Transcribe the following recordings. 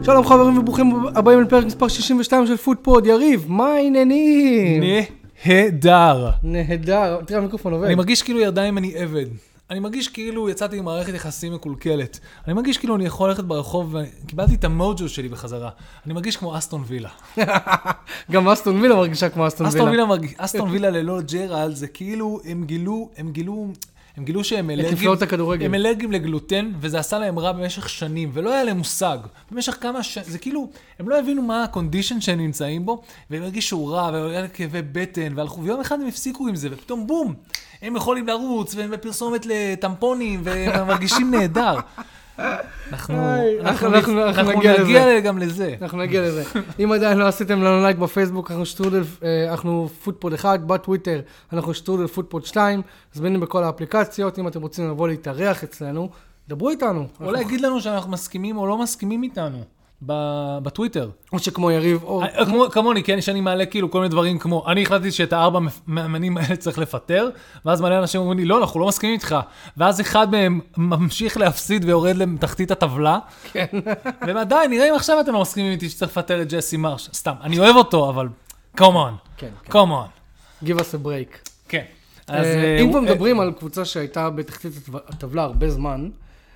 שלום חברים וברוכים הבאים לפרק מספר 62 של פוטפוד. יריב, מה העניינים? נהדר. נהדר. תראה, המיקרופון עובד. אני מרגיש כאילו ידיים אני עבד. אני מרגיש כאילו יצאתי עם מערכת יחסים מקולקלת. אני מרגיש כאילו אני יכול ללכת ברחוב וקיבלתי את המוג'ו שלי בחזרה. אני מרגיש כמו אסטון וילה. גם אסטון וילה מרגישה כמו אסטון וילה. אסטון וילה ללא ג'רלד זה כאילו הם גילו שהם אלרגיים לגלוטן, וזה עשה להם רע במשך שנים, ולא היה להם מושג. במשך כמה שנים, זה כאילו, הם לא הבינו מה הקונדישן שהם נמצאים בו, והם הרגישו רע, והיה כאבי בטן, והלכו, ויום אחד הם הפסיקו עם זה, ופתאום בום, הם יכולים לרוץ, והם בפרסומת לטמפונים, והם מרגישים נהדר. אנחנו נגיע גם לזה. אנחנו נגיע לזה. אם עדיין לא עשיתם לנו לייק בפייסבוק, אנחנו פוטפוד 1, בטוויטר אנחנו שטרודל פוטפוד 2, זמינים בכל האפליקציות. אם אתם רוצים לבוא להתארח אצלנו, דברו איתנו. או להגיד לנו שאנחנו מסכימים או לא מסכימים איתנו. בטוויטר. או שכמו יריב, או... כמוני, כן, שאני מעלה כאילו כל מיני דברים כמו, אני החלטתי שאת 4 מאמנים האלה צריך לפטר, ואז מלא אנשים אומרים לי, לא, אנחנו לא מסכימים איתך. ואז אחד מהם ממשיך להפסיד ויורד לתחתית הטבלה. כן. ועדיין, נראה אם עכשיו אתם לא מסכימים איתי שצריך לפטר את ג'סי מרש. סתם, אני אוהב אותו, אבל come on. כן. come on. Give us a break. כן. אם כבר מדברים על קבוצה שהייתה בתחתית הטבלה הרבה זמן,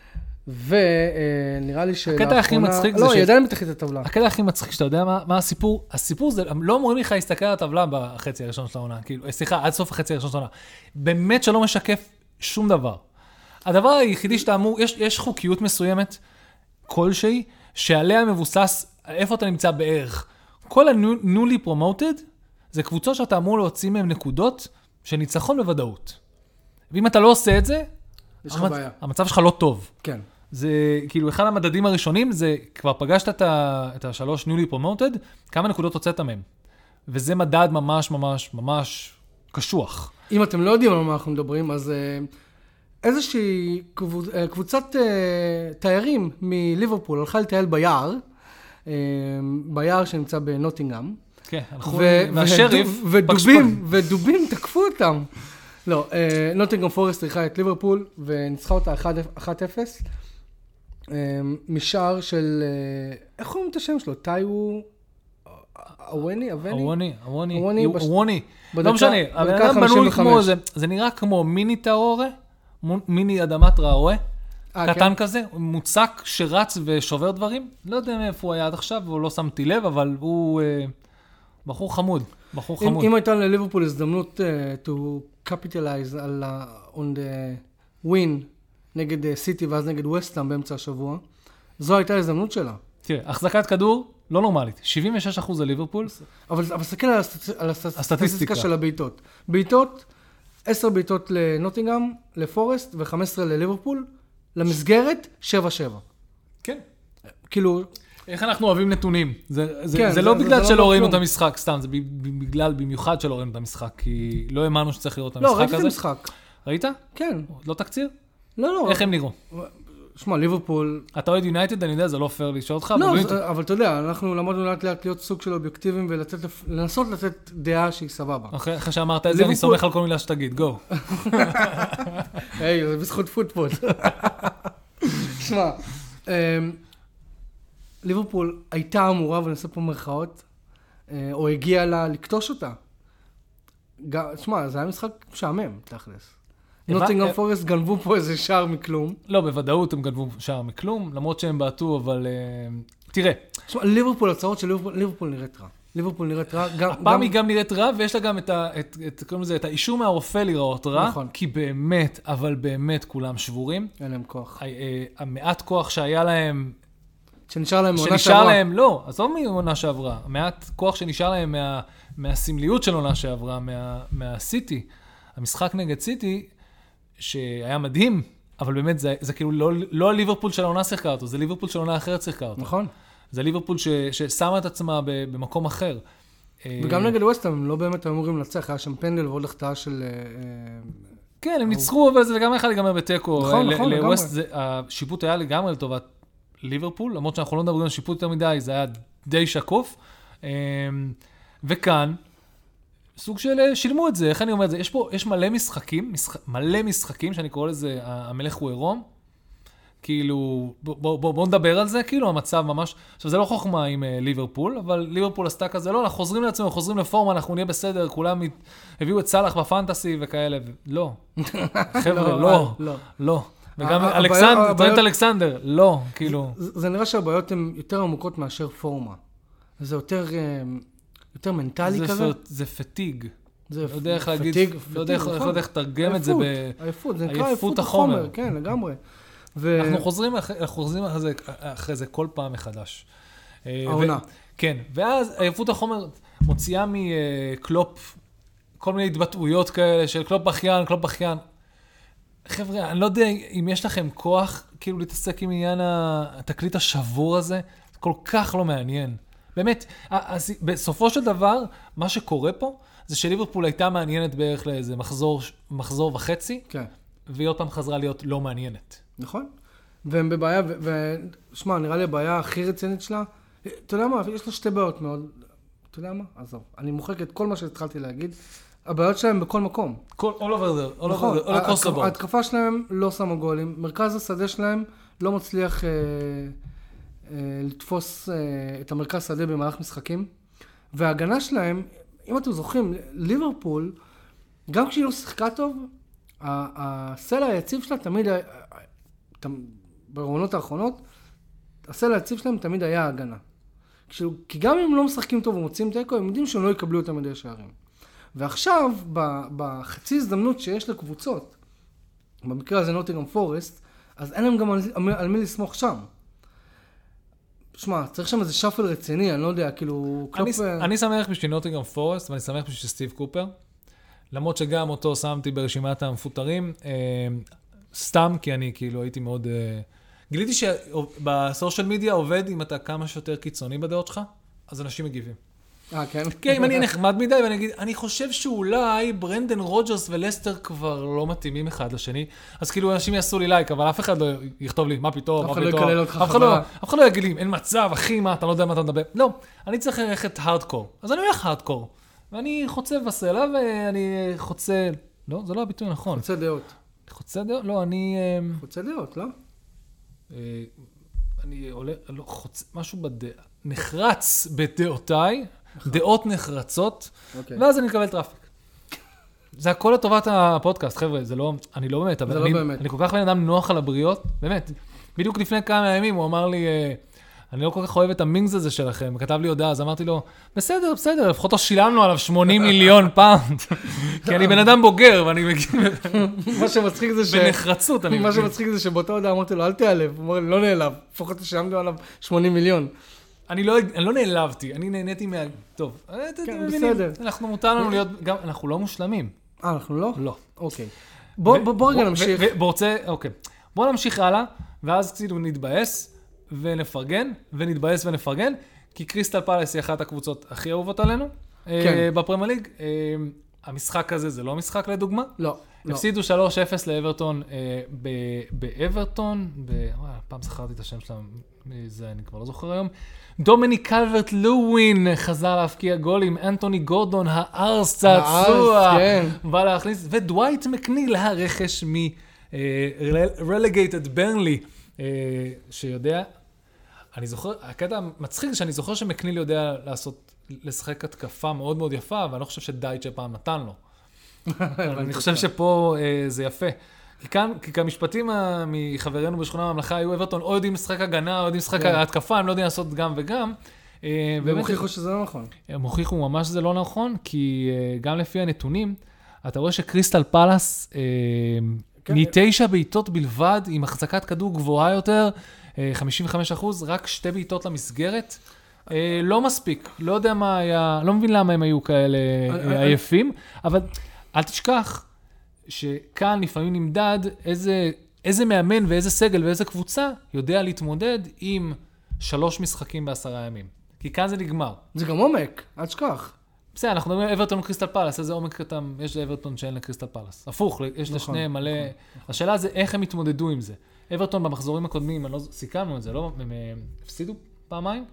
ונראה לי שלאחרונה... הקטע הכי מצחיק זה לא, היא עדיין בתחתית הטבלה. הקטע הכי מצחיק שאתה יודע מה הסיפור? הסיפור זה, לא אומרים לך להסתכל על הטבלה בחצי הראשון של העונה, כאילו, סליחה, עד סוף החצי הראשון של העונה. באמת שלא משקף שום דבר. הדבר היחידי שאתה אמור, יש חוקיות מסוימת, כלשהי, שעליה מבוסס, איפה אתה נמצא בערך. כל ה-newly promoted, זה קבוצות שאתה אמור להוציא מהם נקודות של ניצחון בוודאות. ואם אתה לא עושה את זה, המצב שלך לא טוב. כן. זה כאילו אחד המדדים הראשונים, זה כבר פגשת את השלוש newly promoted, כמה נקודות הוצאת מהם. וזה מדד ממש ממש ממש קשוח. אם אתם לא יודעים על מה אנחנו מדברים, אז איזושהי קבוצת תיירים מליברפול הלכה לטייל ביער שנמצא בנוטינגהאם. כן, והשריף ודובים תקפו אותם. לא, נוטינגהאם פורסט ריחה את ליברפול וניצחה אותה 1-0 משער של, איך קוראים את השם שלו? טאיו אווני? לא משנה, בנוי כמו, זה נראה כמו מיני טראורה, מיני אדמת טראורה, קטן כזה, מוצק שרץ ושובר דברים, לא יודע מאיפה הוא היה עד עכשיו, והוא לא שמתי לב, אבל הוא בחור חמוד. אם הייתה לליברפול הזדמנות to capitalize on the win נגד סיטי ואז נגד ווסטהאם באמצע השבוע, זו הייתה הזדמנות שלה. תראה, החזקת כדור לא נורמלית, 76% לליברפול. אבל סתכל על הסטטיסטיקה של הבעיטות. בעיטות, 10 בעיטות לנוטינגהאם, לפורסט ו-15 לליברפול, למסגרת 7-7. כן. כאילו... איך אנחנו אוהבים נתונים? זה לא בגלל שלא ראינו את המשחק, סתם, זה בגלל במיוחד שלא ראינו את המשחק, כי לא האמנו שצריך לראות את המשחק הזה. לא, ראיתי את המשחק. ראית? כן. לא תקציר? לא. איך הם נראו? שמע, ליברפול... אתה אוהד יונייטד, אני יודע, זה לא פייר לשאול אותך. לא, אבל אתה יודע, אנחנו למדנו לאט להיות סוג של אובייקטיביים ולנסות לתת דעה שהיא סבבה. אחרי שאמרת את זה, אני סומך על כל מילה שתגיד, גו. היי, זה בזכות פוטפוד. שמע, ליברפול הייתה אמורה, ונעשה פה מרכאות, או הגיעה לה לקטוש אותה. שמע, זה היה משחק משעמם, תכלס. נוטינגהאם פורסט גנבו פה איזה שער מכלום. לא, בוודאות הם גנבו שער מכלום, למרות שהם בעטו, אבל תראה. שמע, ליברפול, הצעות של ליברפול נראית רע. ליברפול נראית רע. הפעם היא גם נראית רע, ויש לה גם את האישור מהרופא לראות רע, כי באמת, אבל באמת כולם שבורים. אין להם כוח. המעט כוח שהיה להם... שנשאר להם מעונה שעברה. לא, עזוב מעונה שעברה. מעט כוח שנשאר להם מהסמליות של עונה שעברה, מהסיטי. המשחק נגד סיטי, שהיה מדהים, אבל באמת זה כאילו לא הליברפול של העונה שיחקה אותו, זה ליברפול של העונה אחרת שיחקה אותו. נכון. זה ליברפול ששמה את עצמה במקום אחר. וגם נגד ווסטהאם, הם לא באמת אמורים לנצח, היה שם פנדל ועוד החטאה של... כן, הם ניצחו, אבל זה גם אחד לגמרי בטקו. נכון, לגמרי. השיפוט היה לגמרי לטובת ליברפול, למרות שאנחנו לא מדברים על שיפוט יותר מדי, זה היה די שקוף. וכאן, סוג של שילמו את זה, איך אני אומר את זה? יש מלא משחקים שאני קורא לזה המלך הוא עירום, כאילו, בוא נדבר על זה, כאילו המצב ממש, עכשיו זה לא חוכמה עם ליברפול, אבל ליברפול עשתה כזה, לא, אנחנו חוזרים לעצמנו, חוזרים לפורמה, אנחנו נהיה בסדר, כולם הביאו את סלאח בפנטסי וכאלה, לא. חבר'ה, לא. וגם טרנט אלכסנדר, לא, כאילו. זה נראה שהבעיות הן יותר עמוקות מאשר פורמה. זה יותר מנטלי כזה. זה פטיג. לא יודע איך להגיד, לא יודע איך תרגם את זה עייפות, זה נקרא עייפות החומר, כן, לגמרי. אנחנו חוזרים אחרי זה כל פעם מחדש. העונה. כן, ואז עייפות החומר מוציאה מקלופ כל מיני התבטאויות כאלה של קלופ בכיין. חבר'ה, אני לא יודע אם יש לכם כוח כאילו להתעסק עם עניין התקליט השבור הזה, זה כל כך לא מעניין. באמת, בסופו של דבר, מה שקורה פה, זה שליברפול הייתה מעניינת בערך לאיזה מחזור וחצי, כן. והיא עוד פעם חזרה להיות לא מעניינת. נכון. והם בבעיה, ושמע, נראה לי הבעיה הכי רצינית שלה, אתה יודע מה, יש לה שתי בעיות מאוד, אתה יודע מה? עזוב, אני מוחק את כל מה שהתחלתי להגיד, הבעיות שלהם בכל מקום. all over there, ההתקפה שלהם לא שמה גולים, מרכז השדה שלהם לא מצליח לתפוס את המרכז שדה במהלך משחקים, וההגנה שלהם, אם אתם זוכרים, ליברפול, גם כשהיא לא שיחקה טוב, הסלע היציב שלה תמיד, ברעונות האחרונות, הסלע היציב שלהם תמיד היה ההגנה. כי גם אם הם לא משחקים טוב ומוצאים תיקו, הם יודעים שהם לא יקבלו יותר מדי שערים. ועכשיו, בחצי הזדמנות שיש לקבוצות, במקרה הזה נוטינגהאם פורסט, אז אין להם גם על מי לסמוך שם. שמע, צריך שם איזה שפל רציני, אני לא יודע, כאילו... אני שמח בשביל נוטינגהאם פורסט, ואני שמח בשביל סטיב קופר, למרות שגם אותו שמתי ברשימת המפוטרים, סתם כי אני כאילו הייתי מאוד... גיליתי שבסושיאל מדיה עובד אם אתה כמה שיותר קיצוני בדעות שלך, אז אנשים מגיבים. כן? כן, אם אני נחמד מדי ואני אגיד, אני חושב שאולי ברנדן רוג'רס ולסטר כבר לא מתאימים אחד לשני, אז כאילו אנשים יעשו לי לייק, אבל אף אחד לא יכתוב לי, מה פתאום, אף אחד לא יקלל אותך חזרה. אף אחד לא יגיד לי, אין מצב, אחי, מה, אתה לא יודע מה אתה מדבר. לא, אני צריך ללכת הארדקור, אז אני הולך הארדקור, ואני חוצה בסלע ואני חוצה, לא, זה לא הביטוי נכון. חוצה דעות. חוצה דעות? לא, אני... חוצה דעות, לא? אני עולה, לא, חוצה, משהו נחרץ בדעותיי, דעות נחרצות, ואז אני מקבל טראפיק. זה הכל לטובת הפודקאסט, חבר'ה, זה לא, אני לא באמת, אבל אני כל כך בן אדם נוח על הבריות, באמת. בדיוק לפני כמה ימים הוא אמר לי, אני לא כל כך אוהב את המינגס הזה שלכם, כתב לי הודעה, אז אמרתי לו, בסדר, לפחות לא שילמנו עליו 80 מיליון פאונד, כי אני בן אדם בוגר, ואני מגיע... מה שמצחיק זה ש... בנחרצות אני מגיע. מה שמצחיק זה שבאותה הודעה אמרתי לו, אל תיעלב, הוא אמר לי, לא נעלב, לפחות שילמנו עליו 80 מיליון. אני לא נעלבתי, אני נהניתי מה... טוב, כן, בסדר. אנחנו מותר לנו להיות, גם, אנחנו לא מושלמים. אנחנו לא? לא. אוקיי. בוא רגע נמשיך. אוקיי. בוא נמשיך הלאה, ואז כאילו נתבאס ונפרגן, ונתבאס ונפרגן, כי קריסטל פלאס היא אחת הקבוצות הכי אהובות עלינו, בפרמייר ליג. המשחק הזה זה לא משחק לדוגמה. לא. הפסידו 3-0 לאברטון באברטון, פעם זכרתי את השם שלהם, זה אני כבר לא זוכר היום. דומיניק קלברט לואין חזר להפקיע גולים, אנטוני גורדון, הארס צעצוע, בא להכניס, ודווייט מקניל, הרכש מ-Relegated Burnley, שיודע, אני זוכר, הקטע מצחיק זה שאני זוכר שמקניל יודע לשחק התקפה מאוד מאוד יפה, ואני לא חושב שדייט שפעם נתן לו. אני חושב שפה זה יפה. כי המשפטים מחברינו בשכונה הממלכה היו אברטון, או יודעים לשחק הגנה, או יודעים לשחק התקפה, הם לא יודעים לעשות גם וגם. והם הוכיחו שזה לא נכון. הם הוכיחו ממש שזה לא נכון, כי גם לפי הנתונים, אתה רואה שקריסטל פלאס, מ9 בעיטות בלבד, עם החזקת כדור גבוהה יותר, 55%, רק 2 בעיטות למסגרת. לא מספיק, לא יודע מה היה, לא מבין למה הם היו כאלה עייפים, אבל אל תשכח שכאן לפעמים נמדד איזה מאמן ואיזה סגל ואיזה קבוצה יודע להתמודד עם 3 משחקים ב10 ימים. כי כאן זה נגמר. זה גם עומק, אל תשכח. בסדר, אנחנו מדברים על אברטון וקריסטל פלאס, איזה עומק קטן יש לאברטון שאין לקריסטל פלאס. הפוך, יש לשני מלא... השאלה זה איך הם התמודדו עם זה. אברטון במחזורים הקודמים, לא סיכמנו את זה, לא? הם הפסידו פעמיים?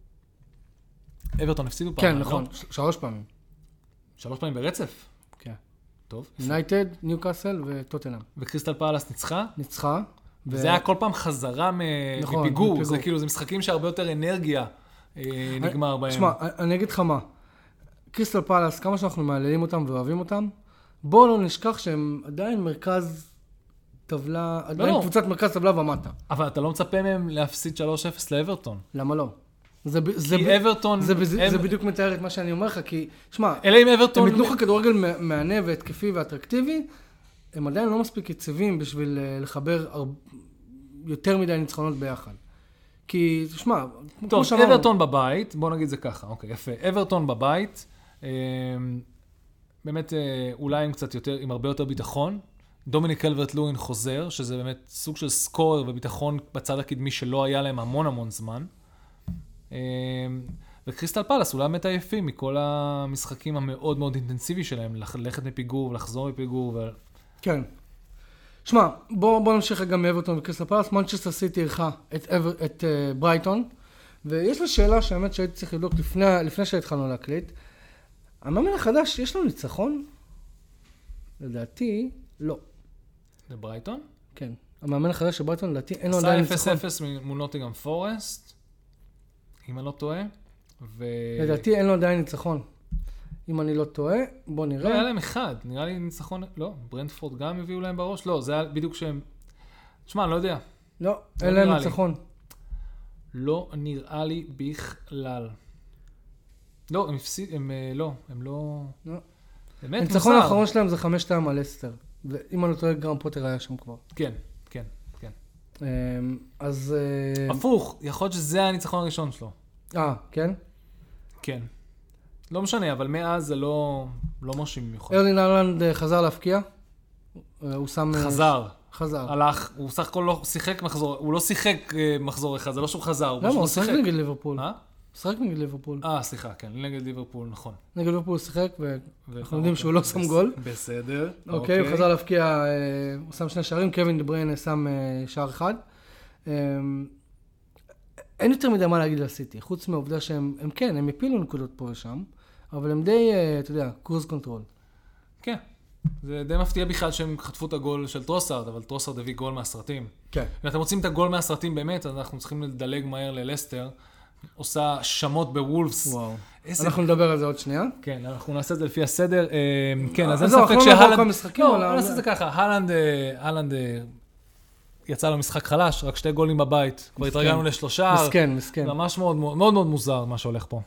אברטון הפסידו פעמיים, כן, נכון, 3 פעמים. 3 פעמים ברצף? כן. טוב. יונייטד, ניוקאסל וטוטנהאם. וקריסטל פלאס ניצחה? ניצחה, זה היה כל פעם חזרה מפיגור, זה כאילו, זה משחקים שהרבה יותר אנרגיה נגמר בהם. תשמע, אני אגיד לך מה, קריסטל פלאס, כמה שאנחנו מעללים אותם ואוהבים אותם, בואו לא נשכח שהם עדיין מרכז טבלה, עדיין קבוצת מרכז טבלה ומטה. אבל אתה לא מצפה מהם להפסיד 3-0 לאברטון. למה לא? כי אברטון... זה בדיוק מתאר את מה שאני אומר לך, כי, שמע, אלא אם אברטון... הם יתנו לך כדורגל מענה והתקפי ואטרקטיבי, הם עדיין לא מספיק יציבים בשביל לחבר יותר מדי ניצחונות ביחד. כי, תשמע, טוב, אברטון בבית, בוא נגיד זה ככה, אוקיי, יפה. אברטון בבית, באמת אולי עם קצת יותר, עם הרבה יותר ביטחון. דומיניק קלברט-לואין חוזר, שזה באמת סוג של סקורר וביטחון בצד הקדמי שלא היה להם המון זמן. וקריסטל פלאס אולי באמת עייפים מכל המשחקים המאוד מאוד אינטנסיבי שלהם, ללכת מפיגור ולחזור מפיגור. כן. שמע, בוא נמשיך גם מאברטון וקריסטל פלאס. מנצ'סטר סיטי אירחה את ברייטון, ויש לי שאלה שהאמת שהייתי צריך לבדוק לפני שהתחלנו להקליט. המאמן החדש, יש לו ניצחון? לדעתי, לא. לברייטון? כן. המאמן החדש של ברייטון, לדעתי, אין לו עדיין ניצחון. עשה 0-0 מול נוטינגהאם פורסט, אם אני לא טועה. לדעתי, אין לו עדיין ניצחון. אם אני לא טועה, בוא נראה. לא, היה להם אחד. נראה לי ניצחון... לא, ברנטפורד גם הביאו להם בראש. לא, זה היה בדיוק שהם... תשמע, אני לא יודע. לא, אין להם ניצחון. לא נראה לי בכלל. לא, הם הפסיד... הם לא... הניצחון האחרון שלהם זה 5-2 על לסטר. ואם אני לא טועה, גרם פוטר היה שם כבר. כן. אז... הפוך, יכול להיות שזה הניצחון הראשון שלו. כן? כן. לא משנה, אבל מאז זה לא מרשים במיוחד. ארלינג הלנד חזר להפקיע. הוא שם... חזר. הלך, הוא סך הכל לא שיחק מחזור, הוא לא שיחק מחזור אחד, זה לא שהוא חזר. למה? הוא שיחק נגד ליברפול. מה? שיחק נגד ליברפול. סליחה, כן, נגד ליברפול, נכון. נגד ליברפול הוא שיחק, ואנחנו יודעים שהוא לא שם גול. בסדר. אוקיי, הוא חזר להפקיע, הוא שם 2 שערים, קווין דה בריין שם שער אחד. אין יותר מדי מה להגיד לסיטי, חוץ מהעובדה שהם כן, הם הפילו נקודות פה ושם, אבל הם די, אתה יודע, קרוז קונטרול. כן. זה די מפתיע בכלל שהם חטפו את הגול של טרוסארד, אבל טרוסארד הביא גול מהסרטים. כן. אם אתם רוצים את הגול מהסרטים באמת, אז אנחנו צריכים לדלג מהר ללסטר. עושה שמות בוולפס. וואו. אנחנו נדבר על זה עוד שנייה. כן, אנחנו נעשה את זה לפי הסדר. כן, אז אין ספק שהלנד... לא, נעשה את זה ככה. הלנד יצא לו משחק חלש, רק 2 גולים בבית. כבר התרגלנו לשלושה. מסכן. ממש מאוד מאוד מוזר מה שהולך פה.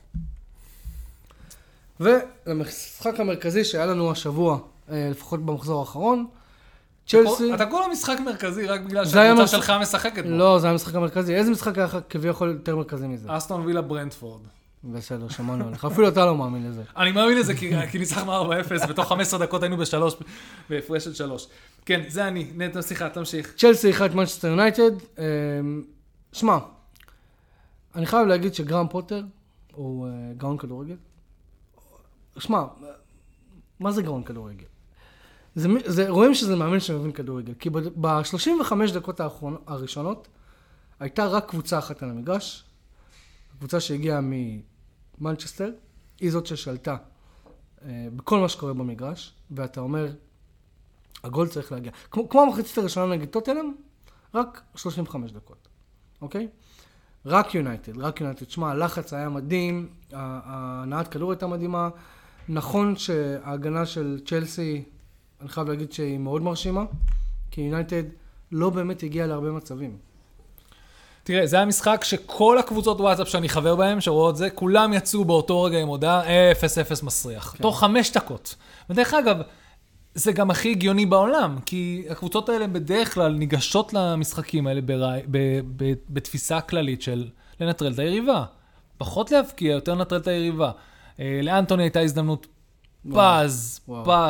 ולמשחק המרכזי שהיה לנו השבוע, לפחות במחזור האחרון, צ'לסי... אתה כל המשחק מרכזי רק בגלל שהקבוצה שלך משחקת בו. לא, זה היה המשחק המרכזי. איזה משחק היה כביכול יותר מרכזי מזה? אסטון וילה ברנטפורד. בסדר, שמענו עליך. אפילו אתה לא מאמין לזה. אני מאמין לזה כי ניצחנו 4-0, בתוך 15 דקות היינו בהפרש של 3. כן, זה אני. נטע, סליחה, תמשיך. צ'לסי אירחה את מנצ'סטר יונייטד. שמע, אני חייב להגיד שגרם פוטר הוא גאון כדורגל. שמע, מה זה גאון כדורגל? רואים שזה מאמן שמבין כדורגל, כי ב-35 דקות הראשונות הייתה רק קבוצה אחת על המגרש, קבוצה שהגיעה ממנצ'סטר, היא זאת ששלטה בכל מה שקורה במגרש, ואתה אומר, הגול צריך להגיע. כמו המחצית הראשונה נגד טוטנהאם, רק 35 דקות, אוקיי? רק יונייטד. שמע, הלחץ היה מדהים, הנעת כדור הייתה מדהימה, נכון שההגנה של צ'לסי, אני חייב להגיד שהיא מאוד מרשימה, כי יונייטד לא באמת הגיע להרבה מצבים. תראה, זה היה משחק שכל הקבוצות וואטסאפ שאני חבר בהם, שרואות זה, כולם יצאו באותו רגע עם הודעה 0-0 מסריח. כן. תוך 5 דקות. ודרך אגב, זה גם הכי הגיוני בעולם, כי הקבוצות האלה בדרך כלל ניגשות למשחקים האלה בתפיסה כללית של לנטרל את היריבה. פחות להבקיע, יותר לנטרל את היריבה. לאנטוני הייתה הזדמנות פז.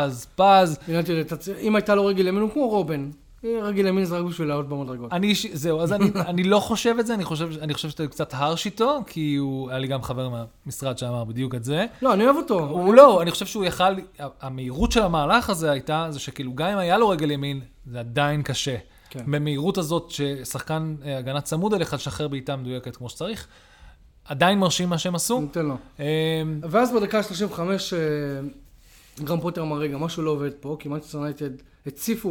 אם הייתה לו רגל ימין, הוא כמו רובן. רגל ימין זה רק בשביל לעלות במדרגות. זהו, אז אני לא חושב את זה, אני חושב שאתה קצת הרש איתו, כי הוא היה לי גם חבר מהמשרד שאמר בדיוק את זה. לא, אני אוהב אותו. הוא לא, אני חושב שהוא יכל, המהירות של המהלך הזה הייתה, זה שכאילו גם אם היה לו רגל ימין, זה עדיין קשה. במהירות הזאת ששחקן הגנה צמוד אליך, לשחרר בעיטה מדויקת כמו שצריך, עדיין מרשים מה שהם עשו. ניתן לו. ואז בדקה 35, גרם פוטר אמר רגע, משהו לא עובד פה, כי מנצ'סטר יונייטד הציפו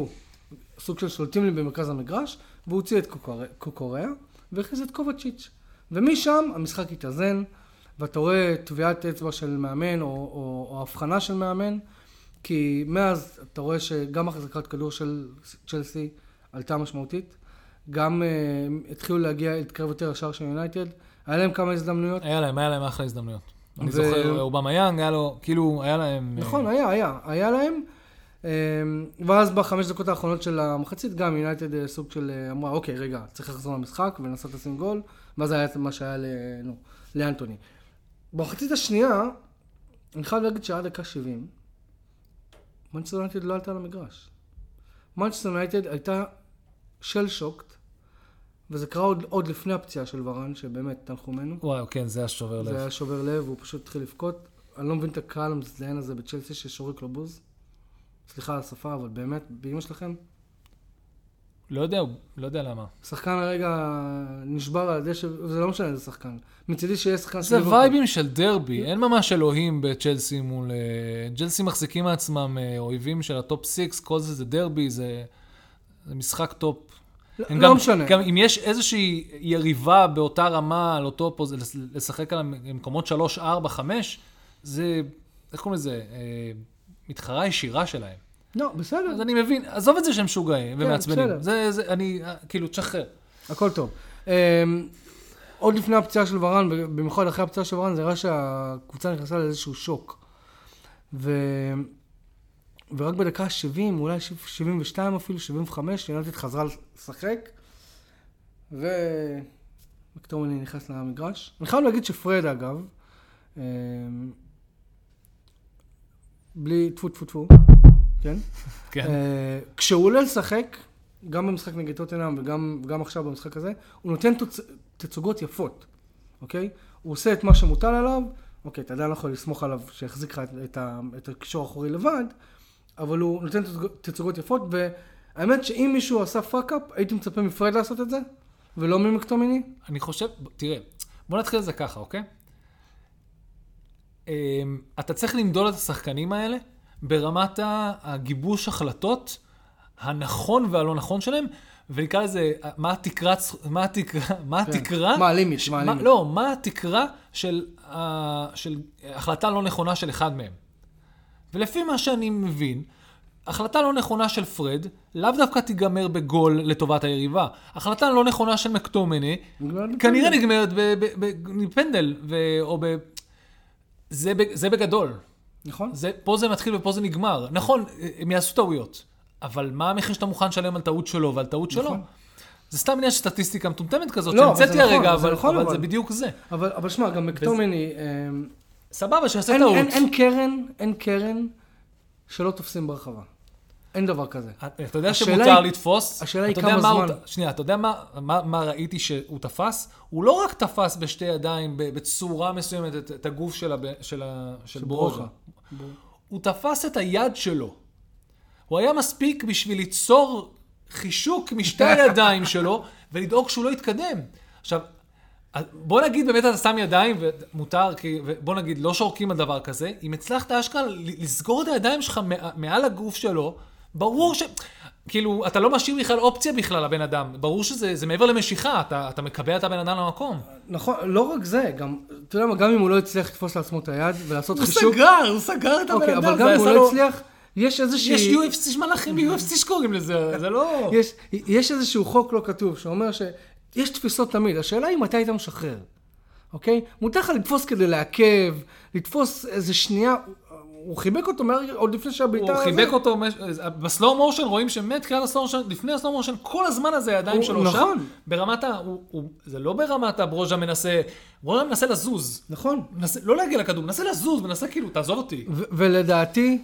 סוג של שולטים לי במרכז המגרש, והוא הוציא את קוקוריה, והכניס את קובצ'יץ'. ומשם המשחק התאזן, ואתה רואה טביעת אצבע של מאמן, או הבחנה של מאמן, כי מאז אתה רואה שגם החזקת כדור של צ'לסי עלתה משמעותית, גם התחילו להתקרב יותר השאר של יונייטד, היה להם כמה הזדמנויות. היה להם אחלה הזדמנויות. אני זוכר, אובמיאנג, היה לו, כאילו, היה להם... נכון, היה להם. ואז ב5 דקות האחרונות של המחצית, גם יונייטד סוג של אמרה, אוקיי, רגע, צריך לחזור למשחק ולנסות לשים גול, ואז היה מה שהיה לאנטוני. במחצית השנייה, אני חייב להגיד שעד דקה 70, מנצ'סטר יונייטד לא עלתה למגרש. מנצ'סטר יונייטד הייתה של שוקט, וזה קרה עוד לפני הפציעה של ורן, שבאמת תנחומנו. וואו, כן, זה היה שובר לב. זה היה שובר לב, והוא פשוט התחיל לבכות. אני לא מבין את הקהל המזדיין הזה בצ'לסי ששורק לו בוז. סליחה על השפה, אבל באמת, באמא שלכם. לא יודע למה. שחקן הרגע נשבר על הדשא, זה לא משנה איזה שחקן. מצידי שיהיה שחקן... זה וייבים של דרבי, אין ממש אלוהים בצ'לסי מול... צ'לסי מחזיקים מעצמם אויבים של הטופ 6, כל זה דרבי, זה משחק טופ. לא משנה. גם אם יש איזושהי יריבה באותה רמה, על אותו פה, לשחק על מקומות 3, 4, 5, זה, איך קוראים לזה? מתחרה ישירה שלהם. לא, בסדר. אז אני מבין, עזוב את זה שהם משוגעים ומעצבנים. זה, אני, כאילו, תשחרר. הכל טוב. עוד לפני הפציעה של ורן, במיוחד אחרי הפציעה של ורן, זה הראה שהקבוצה נכנסה לאיזשהו שוק. ורק בדקה 70, אולי 72 אפילו, 75, יונייטד חזרה לשחק, ומקטומני נכנס למגרש. אני חייב להגיד שפרד, אגב, בלי טפו, כן? כן. כשהוא עולה לשחק, גם במשחק נגד טוטנהאם וגם עכשיו במשחק הזה, הוא נותן תצוגות יפות, אוקיי? הוא עושה את מה שמוטל עליו, אוקיי, אתה עדיין לא יכול לסמוך עליו שיחזיק לך את הקישור האחורי לבד, אבל הוא נותן תצוגות יפות, והאמת שאם מישהו עשה פאק-אפ, הייתי מצפה מפרד לעשות את זה, ולא ממקטומיני. אני חושב, תראה, בוא נתחיל את זה ככה, אוקיי? אתה צריך למדול את השחקנים האלה, ברמת הגיבוש החלטות, הנכון והלא נכון שלהם, ונקרא לזה, מה התקרה של החלטה לא נכונה של אחד מהם. ולפי מה שאני מבין, החלטה לא נכונה של פרד, לאו דווקא תיגמר בגול לטובת היריבה. החלטה לא נכונה של מקטומני, כנראה נגמרת בפנדל, זה בגדול. נכון. פה זה מתחיל ופה זה נגמר. נכון, הם יעשו טעויות, אבל מה המחיר שאתה מוכן לשלם על טעות שלו ועל טעות שלו? זה סתם עניין של סטטיסטיקה מטומטמת כזאת, שהמצאתי הרגע, אבל זה בדיוק זה. אבל שמע, גם מקטומני... סבבה, שעשה טעות. אין קרן שלא תופסים ברחבה. אין דבר כזה. אתה יודע שמותר לתפוס? השאלה היא כמה זמן. שנייה, אתה יודע מה ראיתי שהוא תפס? הוא לא רק תפס בשתי ידיים, בצורה מסוימת, את הגוף של ברוג'ה. הוא תפס את היד שלו. הוא היה מספיק בשביל ליצור חישוק משתי הידיים שלו, ולדאוג שהוא לא יתקדם. עכשיו, בוא נגיד באמת אתה שם ידיים, ומותר, בוא נגיד לא שורקים על דבר כזה, אם הצלחת אשכרה לסגור את הידיים שלך מעל הגוף שלו, ברור כאילו, אתה לא משאיר בכלל אופציה בכלל לבן אדם. ברור שזה מעבר למשיכה, אתה מקבע את הבן אדם למקום. נכון, לא רק זה, גם, אתה יודע מה, גם אם הוא לא הצליח לתפוס לעצמו את היד ולעשות חישוק... הוא סגר את הבן אדם. אבל גם אם הוא לא הצליח, יש איזושהי... יש UFC מלאכים, UFC שקוראים לזה, זה לא... יש איזשהו חוק לא כתוב, שאומר שיש תפיסות תמיד. השאלה היא מתי אתה משחרר, אוקיי? מותר לך לתפוס כדי לעכב, לתפוס איזה שנייה... הוא חיבק אותו עוד לפני שהביתה הזה. הוא חיבק אותו, בסלואו מושן רואים שמתחילת הסלואו מושן, לפני הסלואו מושן, כל הזמן הזה הידיים שלו שם. ברמת זה לא ברמת ברוג'ה מנסה לזוז. נכון. לא להגיע לכדור, מנסה לזוז, מנסה כאילו, תעזוב אותי. ולדעתי,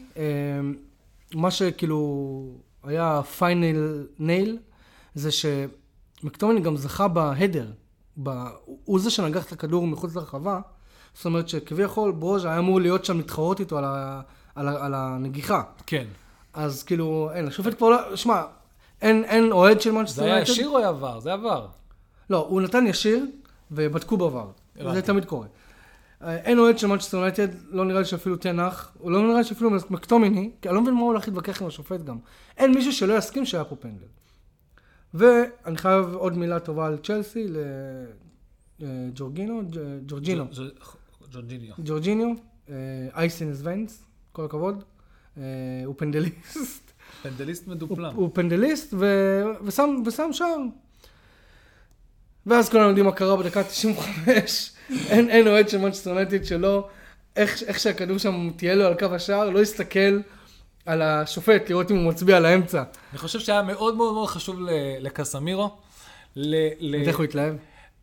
מה שכאילו היה פיינל נייל, זה שמקטומני גם זכה בהדר. הוא זה שנגח את הכדור מחוץ לרחבה, זאת אומרת שכביכול ברוג'ה היה אמור להיות שם להתחרות איתו על הנגיחה. כן. אז כאילו, אין, השופט כבר לא, שמע, אין אוהד של מנצ'סטר יונייטד. זה היה ישיר או היה עבר? זה עבר. לא, הוא נתן ישיר ובדקו בעבר. זה תמיד קורה. אין אוהד של מנצ'סטר יונייטד, לא נראה לי שאפילו תנח, או לא נראה לי שאפילו מקטומיני, כי אני לא מבין מה הוא הולך להתווכח עם השופט גם. אין מישהו שלא יסכים שהיה פה פנדל. ואני חייב עוד מילה טובה על צ'לסי, ג'ורג'יניו, אייסינס ויינס, כל הכבוד, הוא פנדליסט. פנדליסט מדופלם. הוא פנדליסט ושם שער. ואז כולנו יודעים מה קרה בדקה 95, אין אוהד של מנצ'סטר יונייטד שלא, איך שהכדור שם תהיה לו על קו השער, לא יסתכל על השופט, לראות אם הוא מצביע על האמצע. אני חושב שהיה מאוד מאוד מאוד חשוב לקסמירו. איך הוא התלהב?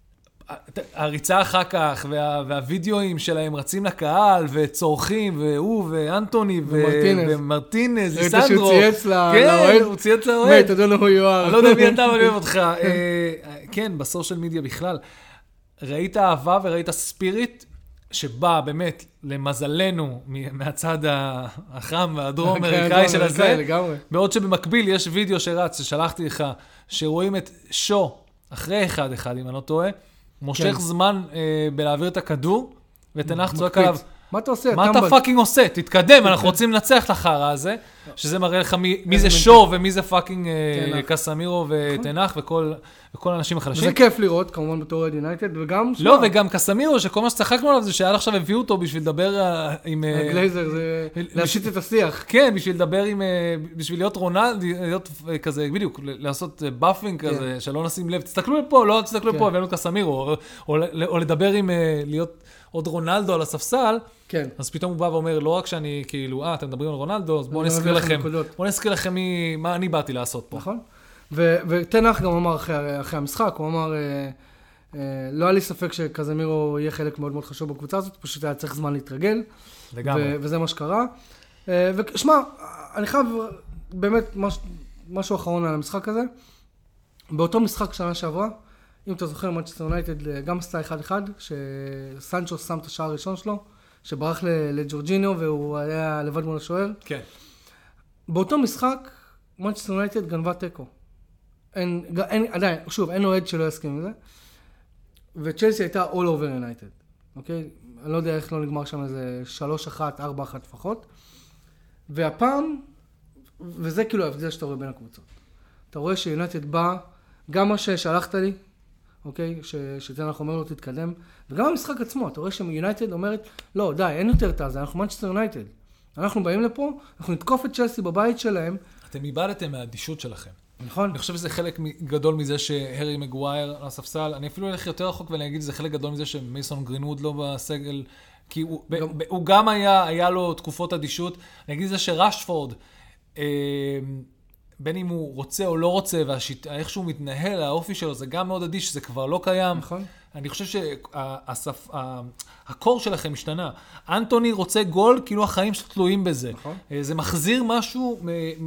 הריצה אחר כך, והווידאוים שלהם רצים לקהל, וצורכים, והוא, ואנטוני, ומרטינז, וסנדרו. ראית שהוא צייץ לאוהד? כן, הוא צייץ לאוהד. אתה יודע לו הוא יואר. אני לא יודע מי אתה, אבל אני אוהב אותך. כן, בסושיאל מדיה בכלל. ראית אהבה וראית ספיריט, שבא באמת, למזלנו, מהצד החם והדרום אמריקאי של הזה. בעוד שבמקביל יש וידאו שרץ, ששלחתי לך, שרואים את שו, אחרי אחד, אם אני לא טועה, מושך זמן בלהעביר את הכדור, ותנח צועק עליו, מה אתה עושה? מה אתה פאקינג עושה? תתקדם, אנחנו רוצים לנצח את החרא הזה, שזה מראה לך מי זה שו ומי זה פאקינג קסמירו ותנח וכל האנשים החלשים. זה כיף לראות, כמובן בתור אוהד יונייטד, וגם... לא, וגם קסמירו, שכל מה שצחקנו עליו זה שעד עכשיו הביאו אותו בשביל לדבר עם... הגלייזר, זה להשית את השיח. כן, בשביל לדבר עם... בשביל להיות רונלד, להיות כזה, בדיוק, לעשות באפינג כזה, שלא נשים לב, תסתכלו לפה, לא תסתכלו לפה, הבאנו קסמירו, או לדבר עם... להיות עוד רונלדו על הספסל, כן. אז פתאום הוא בא ואומר, לא רק שאני כאילו, אתם מדברים על רונלדו, אז בואו נזכיר לכם מה אני באתי לעשות פה. נכון. ותנח גם אמר אחרי המשחק, הוא אמר, לא היה לי ספק שקזמירו יהיה חלק מאוד מאוד חשוב בקבוצה הזאת, פשוט היה צריך זמן להתרגל. לגמרי. וזה מה שקרה. ושמע, אני חייב באמת משהו אחרון על המשחק הזה. באותו משחק שנה שעברה, אם אתה זוכר, מנצ'סטר יונייטד גם עשתה 1-1, שסנצ'ו שם את השער הראשון שלו, שברח לג'ורג'יניו והוא היה לבד מול השוער. כן. באותו משחק, מנצ'סטר יונייטד גנבה טקו. עדיין, שוב, אין אוהד שלא יסכים עם זה. וצ'לסי הייתה all over United. אוקיי? אני לא יודע איך לא נגמר שם איזה 3-1, 4-1 לפחות. והפעם, וזה כאילו ההבדל שאתה רואה בין הקבוצות. אתה רואה שיונייטד בא, גם מה ששלחת לי, אוקיי? שתנח אומר לו תתקדם, וגם המשחק עצמו, אתה רואה שיונייטד אומרת, לא, די, אין יותר את זה, אנחנו מנצ'סטר יונייטד. אנחנו באים לפה, אנחנו נתקוף את צ'לסי בבית שלהם. אתם איבדתם מהאדישות שלכם. נכון. אני חושב שזה חלק גדול מזה שהרי מגווייר על הספסל, אני אפילו אלך יותר רחוק ואני אגיד, זה חלק גדול מזה שמייסון גרינווד לא בסגל, כי הוא גם היה לו תקופות אדישות. אני אגיד זה שרשפורד, בין אם הוא רוצה או לא רוצה, ואיך שהוא מתנהל, האופי שלו, זה גם מאוד אדיש, זה כבר לא קיים. נכון. אני חושב שהקור שלכם השתנה. אנטוני רוצה גול, כאילו החיים שתלויים בזה. נכון. זה מחזיר משהו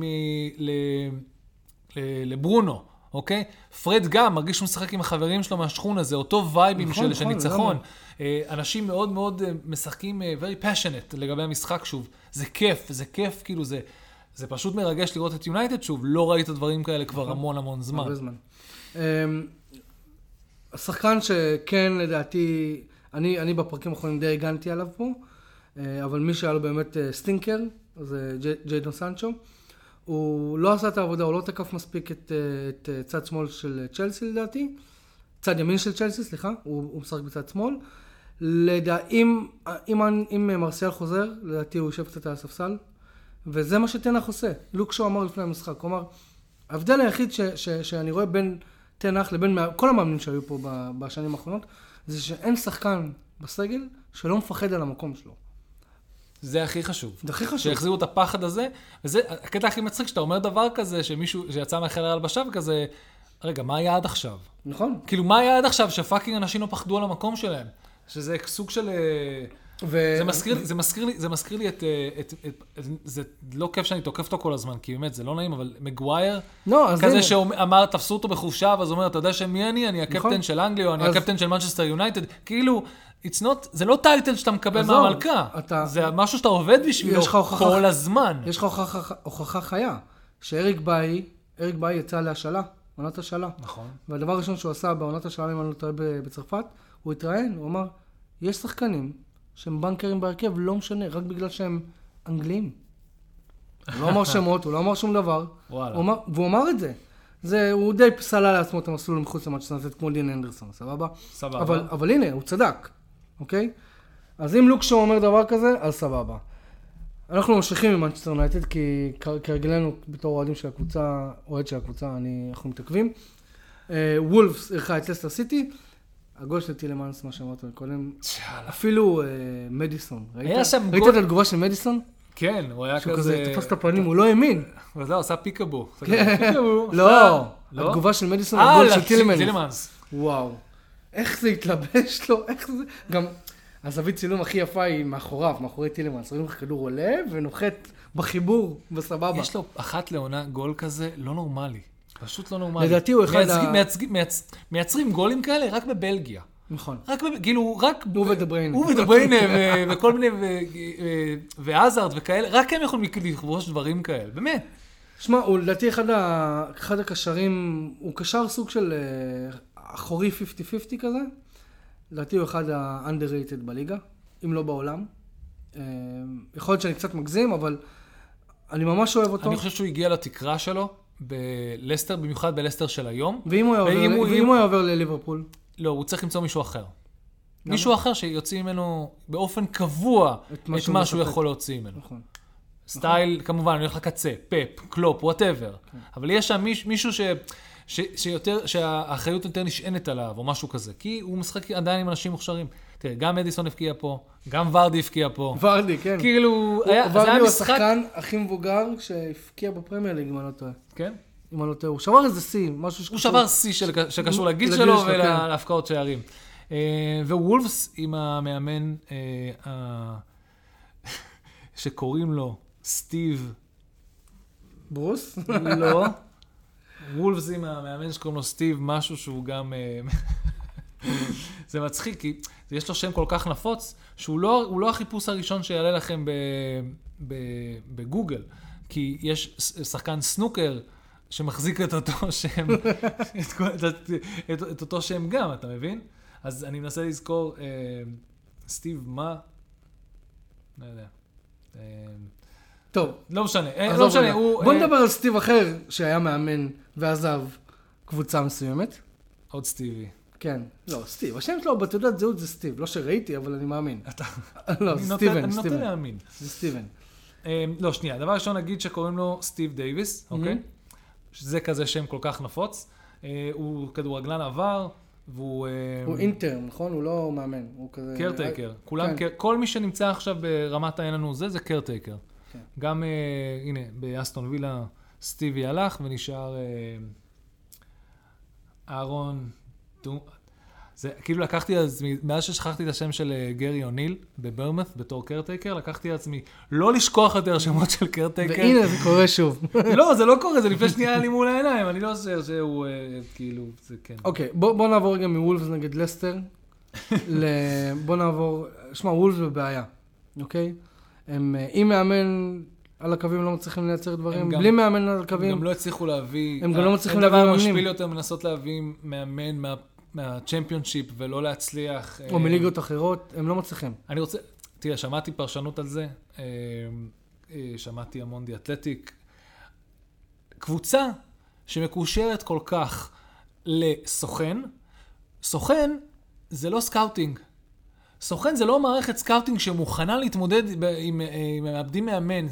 לברונו, אוקיי? פרד גם מרגיש שהוא משחק עם החברים שלו מהשכונה, זה אותו וייבים של ניצחון. אנשים מאוד מאוד משחקים very passionate לגבי המשחק שוב. זה כיף, כאילו זה פשוט מרגש לראות את יונייטד שוב. לא ראית דברים כאלה כבר המון זמן. הרבה זמן. השחקן שכן לדעתי, אני בפרקים האחרונים די הגנתי עליו פה, אבל מי שהיה לו באמת סטינקר, זה ג'יידון סנצ'ו. הוא לא עשה את העבודה, הוא לא תקף מספיק את צד שמאל של צ'לסי לדעתי, צד ימין של צ'לסי, סליחה, הוא משחק בצד שמאל. אם מרסיאל חוזר, לדעתי הוא יושב קצת על הספסל, וזה מה שתנח עושה. לוק שו אמר לפני המשחק, הוא אמר, ההבדל היחיד שאני רואה בין תנח לבין כל המאמנים שהיו פה בשנים האחרונות, זה שאין שחקן בסגל שלא מפחד על המקום שלו. זה הכי חשוב. זה הכי חשוב. שיחזירו את הפחד הזה, וזה הקטע הכי מצחיק, שאתה אומר דבר כזה, שמישהו שיצא מהחדר הלבשה וכזה, רגע, מה היה עד עכשיו? נכון. כאילו, מה היה עד עכשיו שפאקינג אנשים לא פחדו על המקום שלהם? שזה סוג של... זה מזכיר לי את... זה לא כיף שאני תוקף אותו כל הזמן, כי באמת זה לא נעים, אבל מגווייר, כזה שאמר, תפסו אותו בחופשה, ואז אומר, אתה יודע שמי אני הקפטן של אנגליה, או אני הקפטן של מנצ'סטר יונייטד, כאילו, זה לא טייטל שאתה מקבל מהמלכה, זה משהו שאתה עובד בשבילו כל הזמן. יש לך הוכחה חיה, שאריק באי יצא להשאלה, עונת השאלה. נכון. והדבר הראשון שהוא עשה בעונת השאלה, אם אני לא טועה בצרפת, הוא התראיין, הוא אמר, יש שחקנים שהם בנקרים בהרכב, לא משנה, רק בגלל שהם אנגלים. הוא לא אמר שמות, הוא לא אמר שום דבר. וואלה. והוא אמר את זה. הוא די סלל לעצמו את המסלול מחוץ למנצ'סטר יונייטד, כמו דין אנדרסון, סבבה? סבבה. אבל הנה, הוא צדק, אוקיי? אז אם לוק שואו אומר דבר כזה, אז סבבה. אנחנו ממשיכים עם מנצ'סטר יונייטד, כי כרגלנו בתור אוהדים של הקבוצה, אוהד של הקבוצה, אנחנו מתעכבים. וולפס אירחה את לסטר סיטי, הגול של טילמנס, מה שאמרת קודם, אפילו מדיסון. ראית את התגובה של מדיסון? כן, הוא היה שהוא כזה... תפס את הפנים, הוא לא האמין. הוא לא, עשה פיקאבו. לא, התגובה של מדיסון, הגול של טילמנס. וואו, איך זה התלבש לו, איך זה... גם הזווית צילום הכי יפה היא מאחוריו, מאחורי טילמנס. רואים איך כדור עולה ונוחת בחיבור, בסבבה. יש לו אחת לעונה גול כזה לא נורמלי. פשוט לא נורמלי. לדעתי הוא אחד מייצרים גולים כאלה רק בבלגיה. נכון. כאילו, רק... הוא ודבריינה. הוא ודבריינה וכל מיני... ועזארד וכאלה, רק הם יכולים לכבוש דברים כאלה, באמת. שמע, הוא לדעתי אחד הקשרים, הוא קשר סוג של אחורי 50-50 כזה. לדעתי הוא אחד ה-underrated בליגה, אם לא בעולם. יכול להיות שאני קצת מגזים, אבל אני ממש אוהב אותו. אני חושב שהוא הגיע לתקרה שלו בלסטר, במיוחד בלסטר של היום. ואם הוא יעבור לליברפול? לא, הוא צריך למצוא מישהו אחר. מישהו אחר שיוציא ממנו באופן קבוע את מה שהוא יכול להוציא ממנו. נכון. סטייל, כמובן, אני הולך לקצה, פפ, קלופ, whatever. אבל יש שם מישהו שהאחריות יותר נשענת עליו, או משהו כזה. כי הוא משחק עדיין עם אנשים מוכשרים. תראה, גם אדיסון הפקיע פה, גם ורדי הפקיע פה. ורדי, כן. כאילו, ורדי הוא השחקן הכי מבוגר שהפקיע בפרמייר ליג, אם אני לא טועה. כן? אם אני לא טועה. הוא שבר איזה שיא, משהו שקשור... הוא שבר שיא שקשור לגיל שלו ולהפקעות שערים. ווולפס עם המאמן שקוראים לו סטיב... ברוס? לא. וולפס עם המאמן שקוראים לו סטיב, משהו שהוא גם... זה מצחיק, כי יש לו שם כל כך נפוץ, שהוא לא החיפוש הראשון שיעלה לכם בגוגל, כי יש שחקן סנוקר שמחזיק את אותו שם, את אותו שם גם, אתה מבין? אז אני מנסה לזכור, סטיב מה? לא יודע. טוב. לא משנה, לא משנה. בוא נדבר על סטיב אחר שהיה מאמן ועזב קבוצה מסוימת. עוד סטיבי. כן, לא, סטיב. השם שלו בתעודת זהות זה סטיב. לא שראיתי, אבל אני מאמין. לא, סטיבן. אני נוטה להאמין. זה סטיבן. לא, שנייה. דבר ראשון נגיד שקוראים לו סטיב דייביס, אוקיי? שזה כזה שם כל כך נפוץ. הוא כדורגלן עבר, והוא... הוא אינטר, נכון? הוא לא מאמן. הוא כזה... קרטייקר. כל מי שנמצא עכשיו ברמת העין לנו זה קרטייקר. גם, הנה, באסטון וילה סטיבי הלך ונשאר אהרון... זה כאילו לקחתי לעצמי, מאז ששכחתי את השם של גרי אוניל בברמת בתור קרטייקר, לקחתי לעצמי לא לשכוח יותר שמות של קרטייקר. והנה זה קורה שוב. לא, זה לא קורה, זה לפני שנייה לי מול העיניים, אני לא חושב שהוא כאילו, זה כן. אוקיי, בוא נעבור רגע מוולפס נגד לסטר, בוא נעבור, שמע, וולפס בבעיה, אוקיי? הם עם מאמן על הקווים לא מצליחים לייצר דברים, בלי מאמן על הקווים. הם גם לא הצליחו להביא, הם גם לא מצליחים להביא מאמנים. הם משפיל יותר מנסות להביא מאמן מהצ'מפיונשיפ ולא להצליח. או מליגות אחרות, הם לא מצליחים. אני רוצה, תראה, שמעתי פרשנות על זה, שמעתי המון דיאטלטיק. קבוצה שמקושרת כל כך לסוכן, סוכן זה לא סקאוטינג. סוכן זה לא מערכת סקאוטינג שמוכנה להתמודד עם מאבדים מאמן.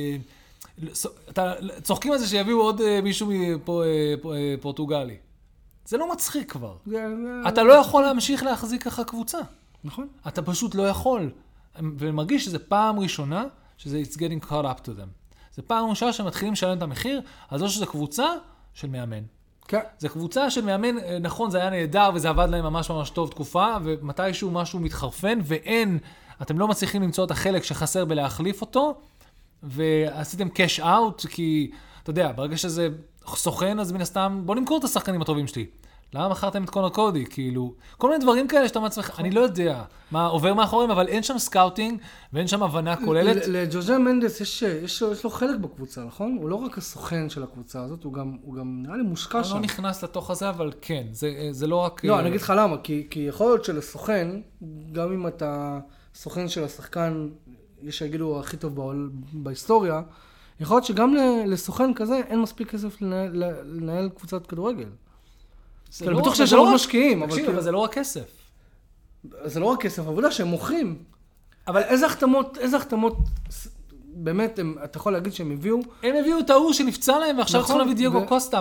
צוחקים על זה שיביאו עוד מישהו מפורטוגלי. זה לא מצחיק כבר. אתה לא יכול להמשיך להחזיק ככה קבוצה. נכון. אתה פשוט לא יכול. ומרגיש שזה פעם ראשונה, שזה it's getting caught up to them. זה פעם ראשונה שמתחילים לשלם את המחיר, אז לא שזה קבוצה של מאמן. כן. זה קבוצה של מאמן, נכון, זה היה נהדר, וזה עבד להם ממש ממש טוב תקופה, ומתישהו משהו מתחרפן, ואין, אתם לא מצליחים למצוא את החלק שחסר בלהחליף אותו, ועשיתם cash out, כי, אתה יודע, ברגע שזה סוכן, אז מן הסתם, בוא נמכור את השחקנים הטובים שלי. למה מכרתם את קונר קודי? כאילו, כל מיני דברים כאלה שאתה מצליח, אני לא יודע מה עובר מאחוריהם, אבל אין שם סקאוטינג, ואין שם הבנה כוללת. לג'וז'ה מנדס יש לו חלק בקבוצה, נכון? הוא לא רק הסוכן של הקבוצה הזאת, הוא גם נראה לי מושקע שם. הוא לא נכנס לתוך הזה, אבל כן, זה לא רק... לא, אני אגיד לך למה, כי יכול להיות שלסוכן, גם אם אתה סוכן של השחקן, יש שיגידו הכי טוב בהיסטוריה, יכול להיות שגם לסוכן כזה אין מספיק כסף לנהל קבוצת כדורגל. אני בטוח שיש הרבה משקיעים. אבל זה לא רק כסף. זה לא רק כסף, עבודה שהם מוכרים. אבל איזה החתמות, באמת, אתה יכול להגיד שהם הביאו? הם הביאו את ההוא שנפצע להם, ועכשיו צריכים להביא דייגו קוסטה.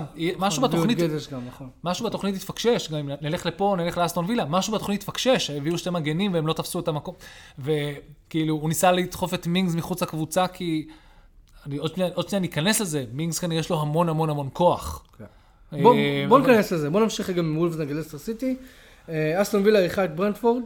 משהו בתוכנית התפקשש, גם אם נלך לפה, נלך לאסטון וילה, משהו בתוכנית התפקשש, הביאו שתי מגנים והם לא תפסו את המקום. וכאילו, הוא ניסה לדחוף את מינגס מחוץ לקבוצה, כי עוד שניה ניכנס לזה, מינגס כנראה יש לו המון המון המון כוח. בוא ניכנס לזה, בוא נמשיך גם עם וולפס נגד לסטר סיטי. אסטון וילה אירחה את ברנטפורד.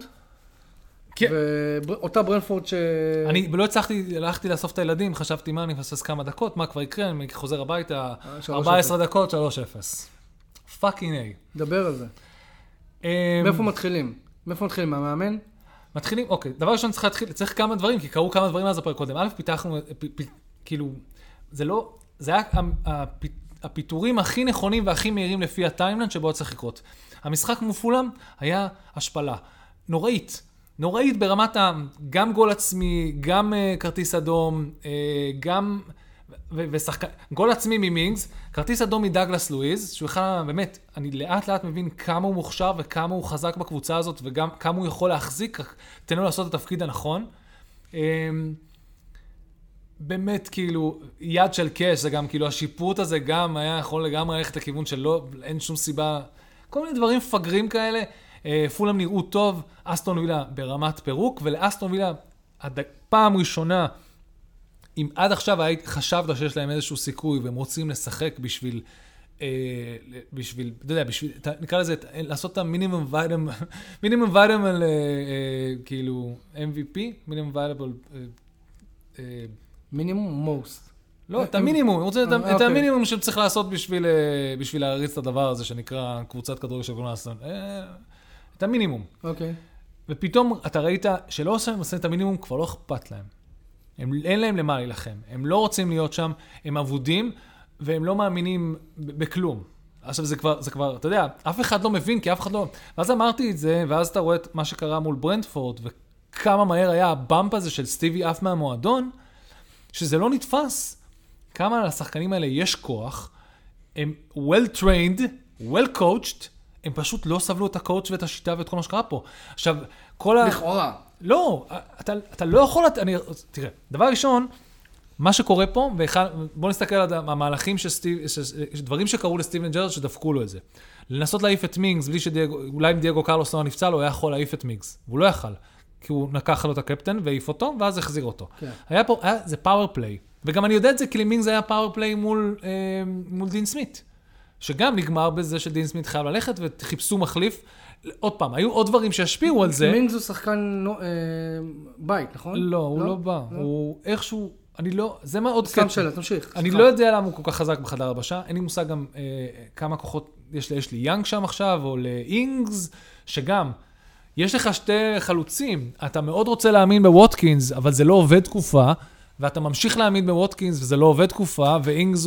ואותה ברנטפורד אני לא הצלחתי, הלכתי לאסוף את הילדים, חשבתי מה, אני מפספס כמה דקות, מה כבר יקרה, אני חוזר הביתה, 14 דקות, 3-0. פאקינג איי. דבר על זה. מאיפה מתחילים? מהמאמן? מתחילים, אוקיי. דבר ראשון צריך כמה דברים, כי קראו כמה דברים אז הפרק קודם. א', פיתחנו, כאילו, זה היה הפיתורים הכי נכונים והכי מהירים לפי הטיימלנד שבו צריך לקרות. המשחק מופולם היה השפלה. נוראית ברמת גם גול עצמי, גם כרטיס אדום, גם גול עצמי ממינגס, כרטיס אדום מדאגלס לואיז, שהוא אחד, באמת, אני לאט מבין כמה הוא מוכשר וכמה הוא חזק בקבוצה הזאת, וגם כמה הוא יכול להחזיק, רק תן לו לעשות את התפקיד הנכון. באמת, כאילו, יד של קש, זה גם, כאילו, השיפוט הזה גם היה יכול לגמרי ללכת לכיוון שלא, אין שום סיבה, כל מיני דברים פגרים כאלה. פולאם נראו טוב, אסטון וילה ברמת פירוק, ולאסטון וילה, פעם ראשונה, אם עד עכשיו חשבת שיש להם איזשהו סיכוי, והם רוצים לשחק בשביל, אתה יודע, נקרא לזה, לעשות את המינימום וייטמל, כאילו, MVP, מינימום וייטמל, מינימום מוסט. לא, את המינימום, רוצה את המינימום שצריך לעשות בשביל להריץ את הדבר הזה, שנקרא קבוצת כדורגל של גולן אסטון. את המינימום. אוקיי. ופתאום אתה ראית שלא עושים את המינימום, כבר לא אכפת להם. אין להם למה להילחם. הם לא רוצים להיות שם, הם עבודים, והם לא מאמינים בכלום. עכשיו זה כבר, אתה יודע, אף אחד לא מבין, כי אף אחד לא... ואז אמרתי את זה, ואז אתה רואה את מה שקרה מול ברנטפורד, וכמה מהר היה הבאמפ הזה של סטיבי אף מהמועדון, שזה לא נתפס. כמה לשחקנים האלה יש כוח, הם well trained, well coached, הם פשוט לא סבלו את הקואוץ' ואת השיטה ואת כל מה שקרה פה. עכשיו, לכאורה. לא, אתה לא יכול... תראה, דבר ראשון, מה שקורה פה, בוא נסתכל על המהלכים דברים שקראו לסטיבן ג'רארד שדפקו לו את זה. לנסות להעיף את מינגס, אולי אם דייגו קרלוס לא נפצע לו, הוא היה יכול להעיף את מינגס. והוא לא יכל, כי הוא לקח לו את הקפטן והעיף אותו, ואז החזיר אותו. היה פה, זה פאוור פליי. וגם אני יודע את זה, כי למינגס היה פאוור פליי מול דין סמית. שגם נגמר בזה שדין סמית חייב ללכת וחיפשו מחליף. עוד פעם, היו עוד דברים שהשפיעו על זה. מינגס הוא שחקן בית, נכון? לא, הוא לא בא. הוא איכשהו, אני לא, זה מה עוד סתם שאלה, תמשיך. אני לא יודע למה הוא כל כך חזק בחדר הבשה. אין לי מושג גם כמה כוחות יש לי יאנג שם עכשיו, או לאינגס, שגם, יש לך שתי חלוצים. אתה מאוד רוצה להאמין בווטקינס, אבל זה לא עובד תקופה, ואתה ממשיך להאמין בווטקינס, וזה לא עובד תקופה, ואינגס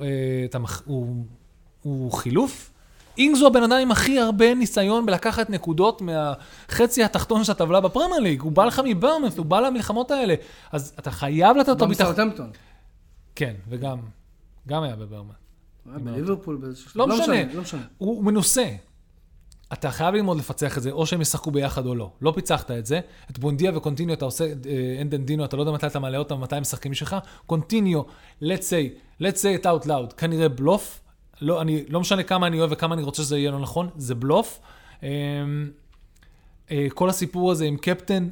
הוא חילוף. אינגס הוא הבן אדם עם הכי הרבה ניסיון בלקחת נקודות מהחצי התחתון של הטבלה בפרמייר ליג. הוא בא לך מברמנט, הוא בא למלחמות האלה. אז אתה חייב לתת אותו ביטחון. במסאות'המפטון. כן, וגם היה בברמנט. בליברפול באיזשהו... לא משנה. הוא מנוסה. אתה חייב ללמוד לפצח את זה, או שהם ישחקו ביחד או לא. לא פיצחת את זה. את בונדיה וקונטיניו, אתה עושה אנדנדינו, אתה לא יודע מתי אתה מעלה אותם, מתי הם משחקים שלך. קונטיניו, let's say it out loud. כנראה בלוף. לא משנה כמה אני אוהב וכמה אני רוצה שזה יהיה לא נכון, זה בלוף. כל הסיפור הזה עם קפטן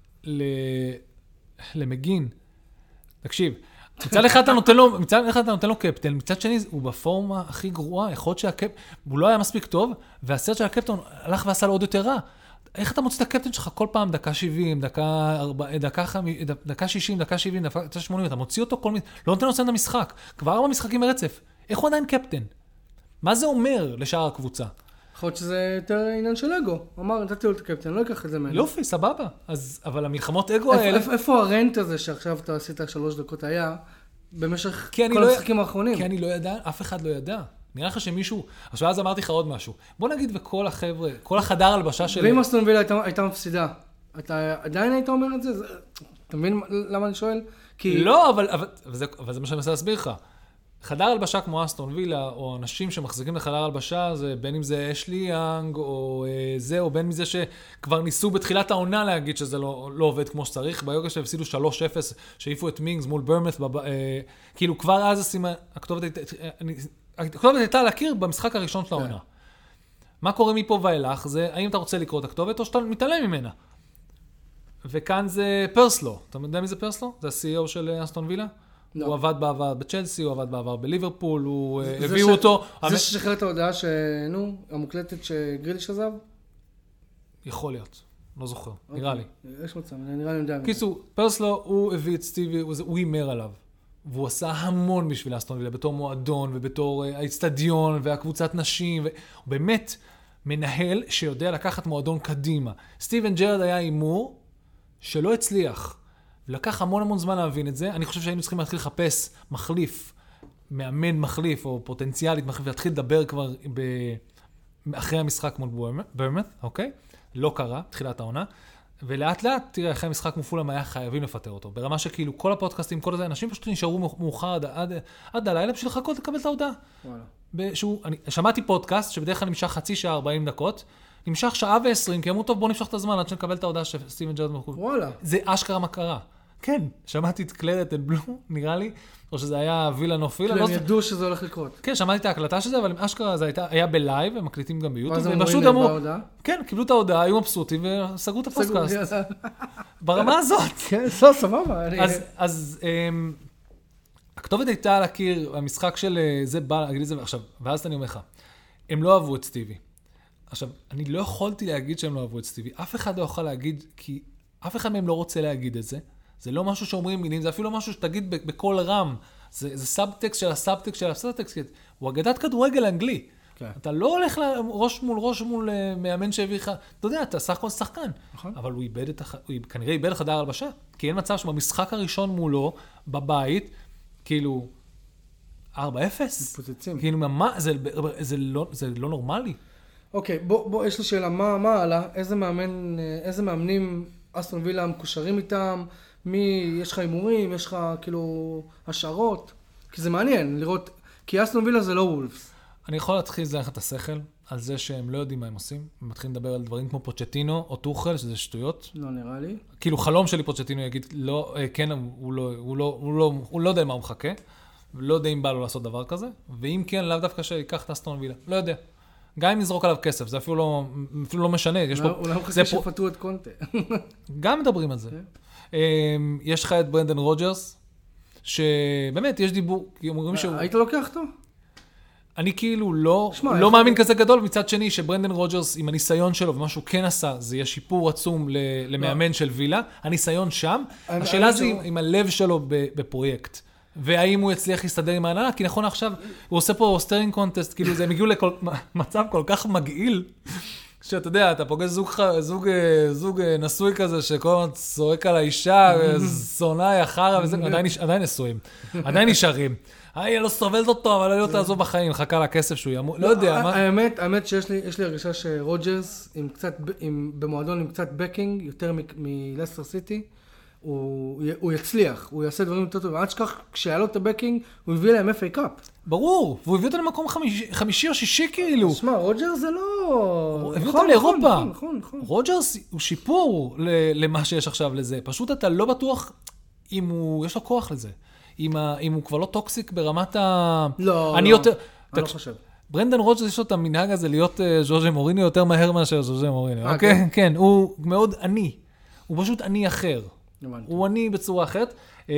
למגין. תקשיב, מצד אחד אתה נותן לו קפטן, מצד שני הוא בפורמה הכי גרועה, יכול להיות הוא לא היה מספיק טוב, והסרט של הקפטן הלך ועשה לו עוד יותר רע. איך אתה מוצא את הקפטן שלך כל פעם דקה 70, דקה 60, דקה 70, דקה 80, אתה מוציא אותו כל מיני, לא נותן לו לסיים את המשחק, כבר 4 משחקים ברצף. איך הוא עדיין קפטן? מה זה אומר לשאר הקבוצה? יכול להיות שזה יותר עניין של אגו. אמר, נתתי לו את הקפטן, לא אקח את זה ממנו. יופי, סבבה. אבל המלחמות אגו האלה... איפה הרנט הזה שעכשיו אתה עשית 3 דקות היה, במשך כל המשחקים האחרונים? כי אני לא ידע, אף אחד לא ידע. נראה לך שמישהו... עכשיו אז אמרתי לך עוד משהו. בוא נגיד וכל החבר'ה, כל החדר הלבשה של... ואם אסטון וילה הייתה מפסידה, אתה עדיין היית אומר את זה? אתה מבין למה אני שואל? לא, אבל זה מה שאני מנסה להסביר לך. חדר הלבשה כמו אסטון וילה, או אנשים שמחזיקים לחדר הלבשה, זה בין אם זה אשלי יאנג, או זה, או בין אם זה שכבר ניסו בתחילת העונה להגיד שזה לא עובד כמו שצריך, ביוגה שהפסידו 3-0, שהעיפו את מינגס מול ברמת, כאילו כבר אז הכתובת הייתה להכיר במשחק הראשון של העונה. מה קורה מפה ואילך? זה האם אתה רוצה לקרוא את הכתובת, או שאתה מתעלם ממנה. וכאן זה פרסלו. אתה יודע מי זה פרסלו? זה ה-CEO של אסטון וילה? לא. הוא עבד בעבר בצ'לסי, הוא עבד בעבר בליברפול, הוא הביאו אותו. זה ששחרר את ההודעה המוקלטת שגריליש עזב? יכול להיות, לא זוכר, נראה לי. יש מצב, נראה לי יודע. קיצור, פרסלו, הוא הביא את סטיבי, הוא הימר עליו. והוא עשה המון בשביל אסטון וילה, בתור מועדון ובתור האצטדיון והקבוצת נשים. הוא באמת מנהל שיודע לקחת מועדון קדימה. סטיבן ג'רד היה הימור שלא הצליח. לקח המון זמן להבין את זה. אני חושב שהיינו צריכים להתחיל לחפש מחליף, מאמן מחליף או פוטנציאלית מחליף, להתחיל לדבר כבר אחרי המשחק מול ברמת, אוקיי? לא קרה, תחילת העונה. ולאט לאט, תראה, אחרי המשחק מופולם היה חייבים לפטר אותו. ברמה שכאילו כל הפודקאסטים, כל הזה, אנשים פשוט נשארו מאוחר עד הלילה בשביל לחכות לקבל את ההודעה. אני שמעתי פודקאסט שבדרך כלל נמשך חצי שעה 40 דקות, נמשך שעה ו20, כי אמרו טוב, בוא נמשך את הזמן עד שנקבל את ההודעה שסטיבן ג'רד מחוץ. וואלה. זה אשכרה מה קרה. כן, שמעתי את קלרת את בלו, נראה לי, או שזה היה וילה נופילה. הם ידעו שזה הולך לקרות. כן, שמעתי את ההקלטה של זה, אבל אשכרה זה היה בלייב, הם מקליטים גם ביוטיוב. ואז אמרו, הנה, בהודעה? כן, קיבלו את ההודעה, היו מבסוטים וסגרו את הפודקאסט. ברמה הזאת. כן, סבבה. אז הכתובת הייתה על הקיר, המשחק של זה בא להגיד את זה, עכשיו, ואז אני אומר לך, הם לא אהבו את סטיבי. עכשיו, אני לא יכולתי להגיד שהם לא אהבו את סטיבי. אף אחד לא יכול להגיד, כי אף אחד מהם לא רוצה להגיד את זה. זה לא משהו שאומרים מילים, זה אפילו לא משהו שתגיד בקול רם. זה סאבטקסט של הסאבטקסט של הסאבטקסט. הוא אגדת כדורגל אנגלי. אתה לא הולך ראש מול מאמן שהביא לך, אתה יודע, אתה סך הכל שחקן. אבל הוא כנראה איבד חדר הלבשה. כי אין מצב שבמשחק הראשון מולו, בבית, כאילו, 4-0. מתפוצצים. כאילו, זה לא נורמלי. אוקיי, בוא, יש לי שאלה, מה עלה? איזה מאמנים אסטון וילה מקושרים איתם? יש לך הימורים? יש לך כאילו השערות? כי זה מעניין לראות, כי אסטון וילה זה לא וולפס. אני יכול להתחיל ללכת את השכל על זה שהם לא יודעים מה הם עושים. הם מתחילים לדבר על דברים כמו פוצ'טינו או טוחל, שזה שטויות. לא נראה לי. כאילו חלום שלי פוצ'טינו יגיד, לא, כן, הוא לא יודע מה הוא מחכה, ולא יודע אם בא לו לעשות דבר כזה, ואם כן, לאו דווקא שיקח את אסטון וילה. לא יודע. גם אם נזרוק עליו כסף, זה אפילו לא משנה. אולי הוא חכה שפטרו את קונטה. גם מדברים על זה. יש לך את ברנדן רוג'רס, שבאמת יש דיבור, היית לוקח אותו? אני כאילו לא מאמין כזה גדול, מצד שני שברנדן רוג'רס עם הניסיון שלו ומה שהוא כן עשה, זה יהיה שיפור עצום למאמן של וילה. הניסיון שם, השאלה זה עם הלב שלו בפרויקט. והאם הוא יצליח להסתדר עם ההנהלה, כי נכון עכשיו, הוא עושה פה סטרינג קונטסט, כאילו הם הגיעו למצב כל כך מגעיל, שאתה יודע, אתה פוגש זוג נשוי כזה, שכל הזמן צועק על האישה, זונה, יחרה, וזה, עדיין נשואים, עדיין נשארים. אני לא סובלת אותו, אבל לא תעזוב בחיים, חכה לכסף שהוא ימות, לא יודע. האמת שיש לי הרגשה שרוג'רס, במועדון עם קצת בקינג, יותר מלסטר סיטי, הוא יצליח, הוא יעשה דברים יותר טובים. עד שכך, כשהיה לו את הבקינג, הוא הביא להם FA קאפ. ברור, והוא הביא אותם למקום חמישי או שישי כאילו. תשמע, רוג'רס זה לא... הוא הביא אותם לאירופה. רוג'רס הוא שיפור למה שיש עכשיו לזה. פשוט אתה לא בטוח אם יש לו כוח לזה. אם הוא כבר לא טוקסיק ברמת ה... לא, אני לא חושב. ברנדן רוג'רס יש לו את המנהג הזה להיות ז'וז'ה מוריניו יותר מהר מאשר ז'וז'ה מוריניו. אוקיי? כן, הוא מאוד עני. הוא פשוט עני אחר. הוא עני בצורה אחרת,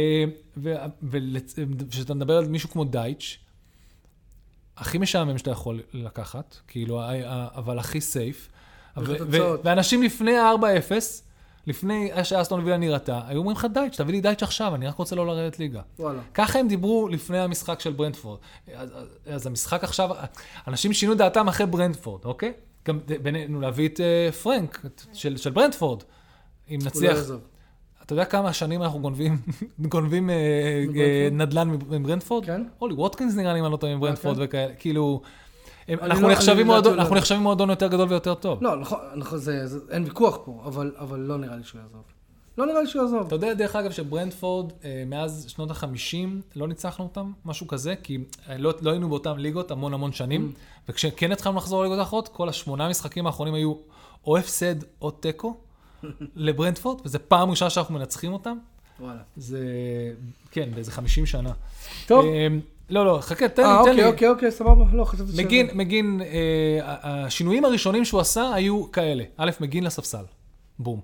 וכשאתה מדבר על מישהו כמו דייץ', הכי משעמם שאתה יכול לקחת, כאילו, אבל הכי סייף, ואנשים לפני 4-0, לפני שאסטון וילה נראתה, היו אומרים לך דייץ', תביא לי דייץ' עכשיו, אני רק רוצה לא לרדת ליגה. ככה הם דיברו לפני המשחק של ברנטפורד. אז המשחק עכשיו, אנשים שינו דעתם אחרי ברנטפורד, אוקיי? גם בינינו להביא את פרנק של ברנטפורד, אם נצליח. אתה יודע כמה שנים אנחנו גונבים נדל"ן מברנטפורד? כן. אולי, ווטקינס נראה לי מה לא טוב מברנטפורד וכאלה. כאילו, אנחנו נחשבים מועדון יותר גדול ויותר טוב. לא, נכון, אין ויכוח פה, אבל לא נראה לי שהוא יעזוב. לא נראה לי שהוא יעזוב. אתה יודע, דרך אגב, שברנדפורד, מאז שנות ה-50, לא ניצחנו אותם, משהו כזה, כי לא היינו באותם ליגות המון שנים, וכשכן התחלנו לחזור לליגות האחרות, כל 8 המשחקים האחרונים היו או הפסד או טקו לברנדפורד, וזה פעם ראשונה שאנחנו מנצחים אותם. וואלה. זה, כן, באיזה 50 שנה. טוב. לא, חכה, תן לי. אוקיי, סבבה. לא, חשבתי מגין, השינויים הראשונים שהוא עשה היו כאלה. א', מגין לספסל. בום.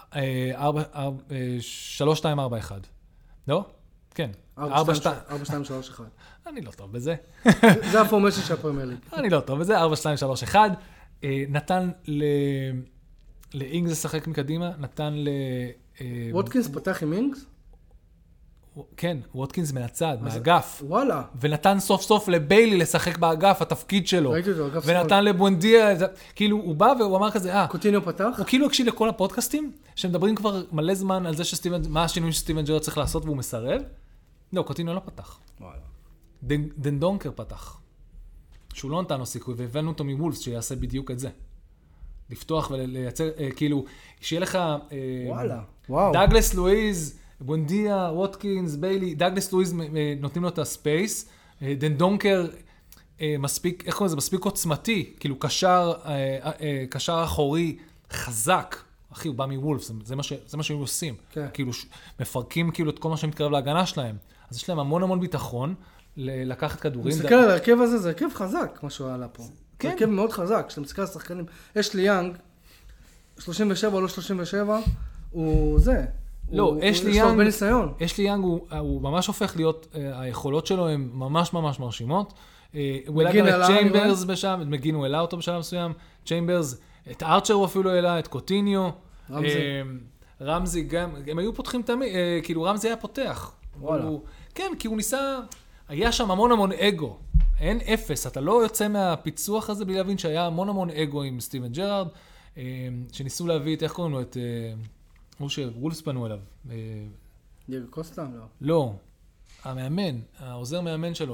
3-2-4-1. לא? כן. 4-2-3-1. אני לא טוב בזה. זה הפורמיישן של הפרמייר ליג. אני לא טוב בזה, 4-2-3-1. נתן לאינגס לשחק מקדימה, נתן ווטקינס פתח עם אינגס? כן, ווטקינס מהצד, מהאגף. וואלה. ונתן סוף סוף לביילי לשחק באגף, התפקיד שלו. ראיתי אותו, אגף ונתן לבואנדיה, כאילו הוא בא והוא אמר כזה, קוטיניו פתח? הוא כאילו הקשיב לכל הפודקאסטים, שמדברים כבר מלא זמן על זה מה השינוי שסטיבן ג'רארד צריך לעשות והוא מסרב. לא, קוטיניו לא פתח. וואלה. דנדונקר פתח. שהוא לא נתן לו סיכוי, והבאנו אותו מוולפס שיעשה בדיוק את זה. לפתוח ולייצר, כאילו, שיהיה לך... וואלה, וואו. דאגלס לואיז, בונדיה, ווטקינס, ביילי, דאגלס לואיז נותנים לו את הספייס, דנדונקר מספיק, איך קוראים לזה? מספיק עוצמתי, כאילו קשר אחורי חזק. אחי, הוא בא מוולפס, זה מה שהם עושים. כן. כאילו, מפרקים כאילו את כל מה שמתקרב להגנה שלהם. אז יש להם המון ביטחון לקחת כדורים. מסתכל על הרכב הזה, זה הרכב חזק, מה שהוא עלה פה. כן. זה הרכב מאוד חזק, כשאתה מסתכל על שחקנים. יש לי יאנג, 37 או לא 37, הוא זה. לא, יש לי יאנג. יש לו הרבה ניסיון. יש לי יאנג, הוא ממש הופך להיות, היכולות שלו הן ממש מרשימות. הוא העלה גם את צ'יימברס בשם, מגין הוא העלה אותו בשלב מסוים, צ'יימברס, את ארצ'ר הוא אפילו העלה, את קוטיניו. רמזי גם, הם היו פותחים תמיד, כאילו רמזי היה פותח. וואלה. כן, כי הוא ניסה, היה שם המון אגו. אין אפס, אתה לא יוצא מהפיצוח הזה בלי להבין שהיה המון אגו עם סטיבן ג'רארד, שניסו להביא את, איך קוראים לו, את, הוא שוולפס פנו אליו. דיאגו קוסטה? לא. לא, המאמן, העוזר מאמן שלו,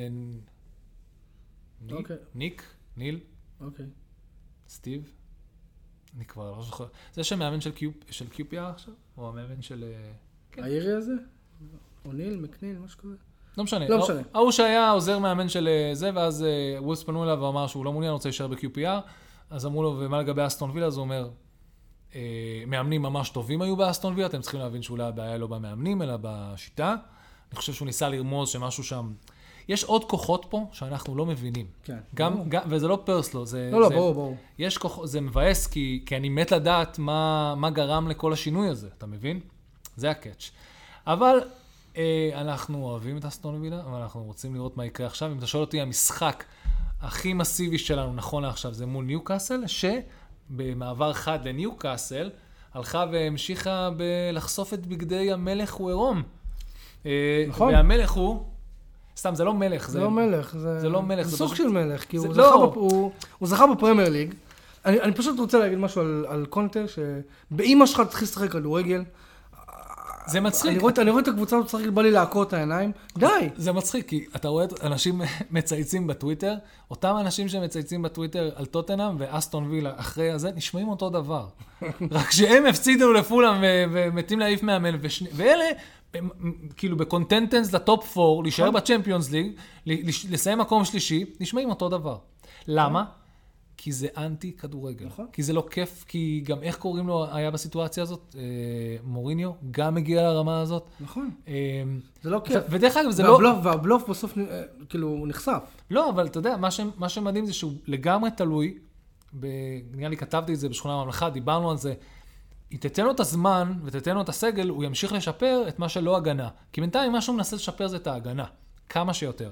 ניל, אוקיי. סטיב, אני כבר לא זוכר. זה שמאמן של QPR עכשיו? או המאמן של... האירי הזה? אוניל, מקניל, משהו כזה? לא משנה. לא משנה. הוא שהיה עוזר מאמן של זה, ואז וולפס פנו אליו ואמר שהוא לא מעוניין, רוצה להישאר ב-QPR, אז אמרו לו, ומה לגבי אסטון וילה? אז הוא אומר, מאמנים ממש טובים היו באסטון וילה, אתם צריכים להבין שאולי הבעיה לא במאמנים, אלא בשיטה. אני חושב שהוא ניסה לרמוז שמשהו שם... יש עוד כוחות פה שאנחנו לא מבינים. כן. וזה לא פרסלו, זה... לא, ברור. יש כוחות, זה מבאס, כי אני מת לדעת מה גרם לכל השינוי הזה, אתה מבין? זה הקאץ'. אבל אנחנו אוהבים את אסטון וילה, אבל אנחנו רוצים לראות מה יקרה עכשיו. אם אתה שואל אותי, המשחק הכי מסיבי שלנו נכון לעכשיו זה מול ניוקאסל, שבמעבר חד לניוקאסל, הלכה והמשיכה לחשוף את בגדי המלך הוא עירום. נכון. והמלך הוא... סתם, זה לא מלך. זה לא מלך. זה לא מלך. זה סוג של מלך, כי הוא זכה בפרמייר ליג. אני פשוט רוצה להגיד משהו על קונטה, שבאמא שלך תתחיל לשחק כדורגל. זה מצחיק. אני רואה את הקבוצה הזאת, צריך בא לי לעקור את העיניים. די. זה מצחיק, כי אתה רואה אנשים מצייצים בטוויטר, אותם אנשים שמצייצים בטוויטר על טוטנהאם ואסטון וילה אחרי הזה, נשמעים אותו דבר. רק שהם הפסידו לפולאם ומתים להעיף מאמן, ואלה... כאילו בקונטנטנס לטופ 4, להישאר בצ'מפיונס ליג, לסיים מקום שלישי, נשמעים אותו דבר. למה? כי זה אנטי כדורגל. כי זה לא כיף, כי גם איך קוראים לו היה בסיטואציה הזאת, מוריניו, גם הגיע לרמה הזאת. נכון. זה לא כיף. ודרך אגב, זה לא... והבלוף בסוף, כאילו, הוא נחשף. לא, אבל אתה יודע, מה שמדהים זה שהוא לגמרי תלוי, נראה לי כתבתי את זה בשכונה הממלכה, דיברנו על זה, אם תתן לו את הזמן ותתן לו את הסגל, הוא ימשיך לשפר את מה שלא הגנה. כי בינתיים מה שהוא מנסה לשפר זה את ההגנה. כמה שיותר.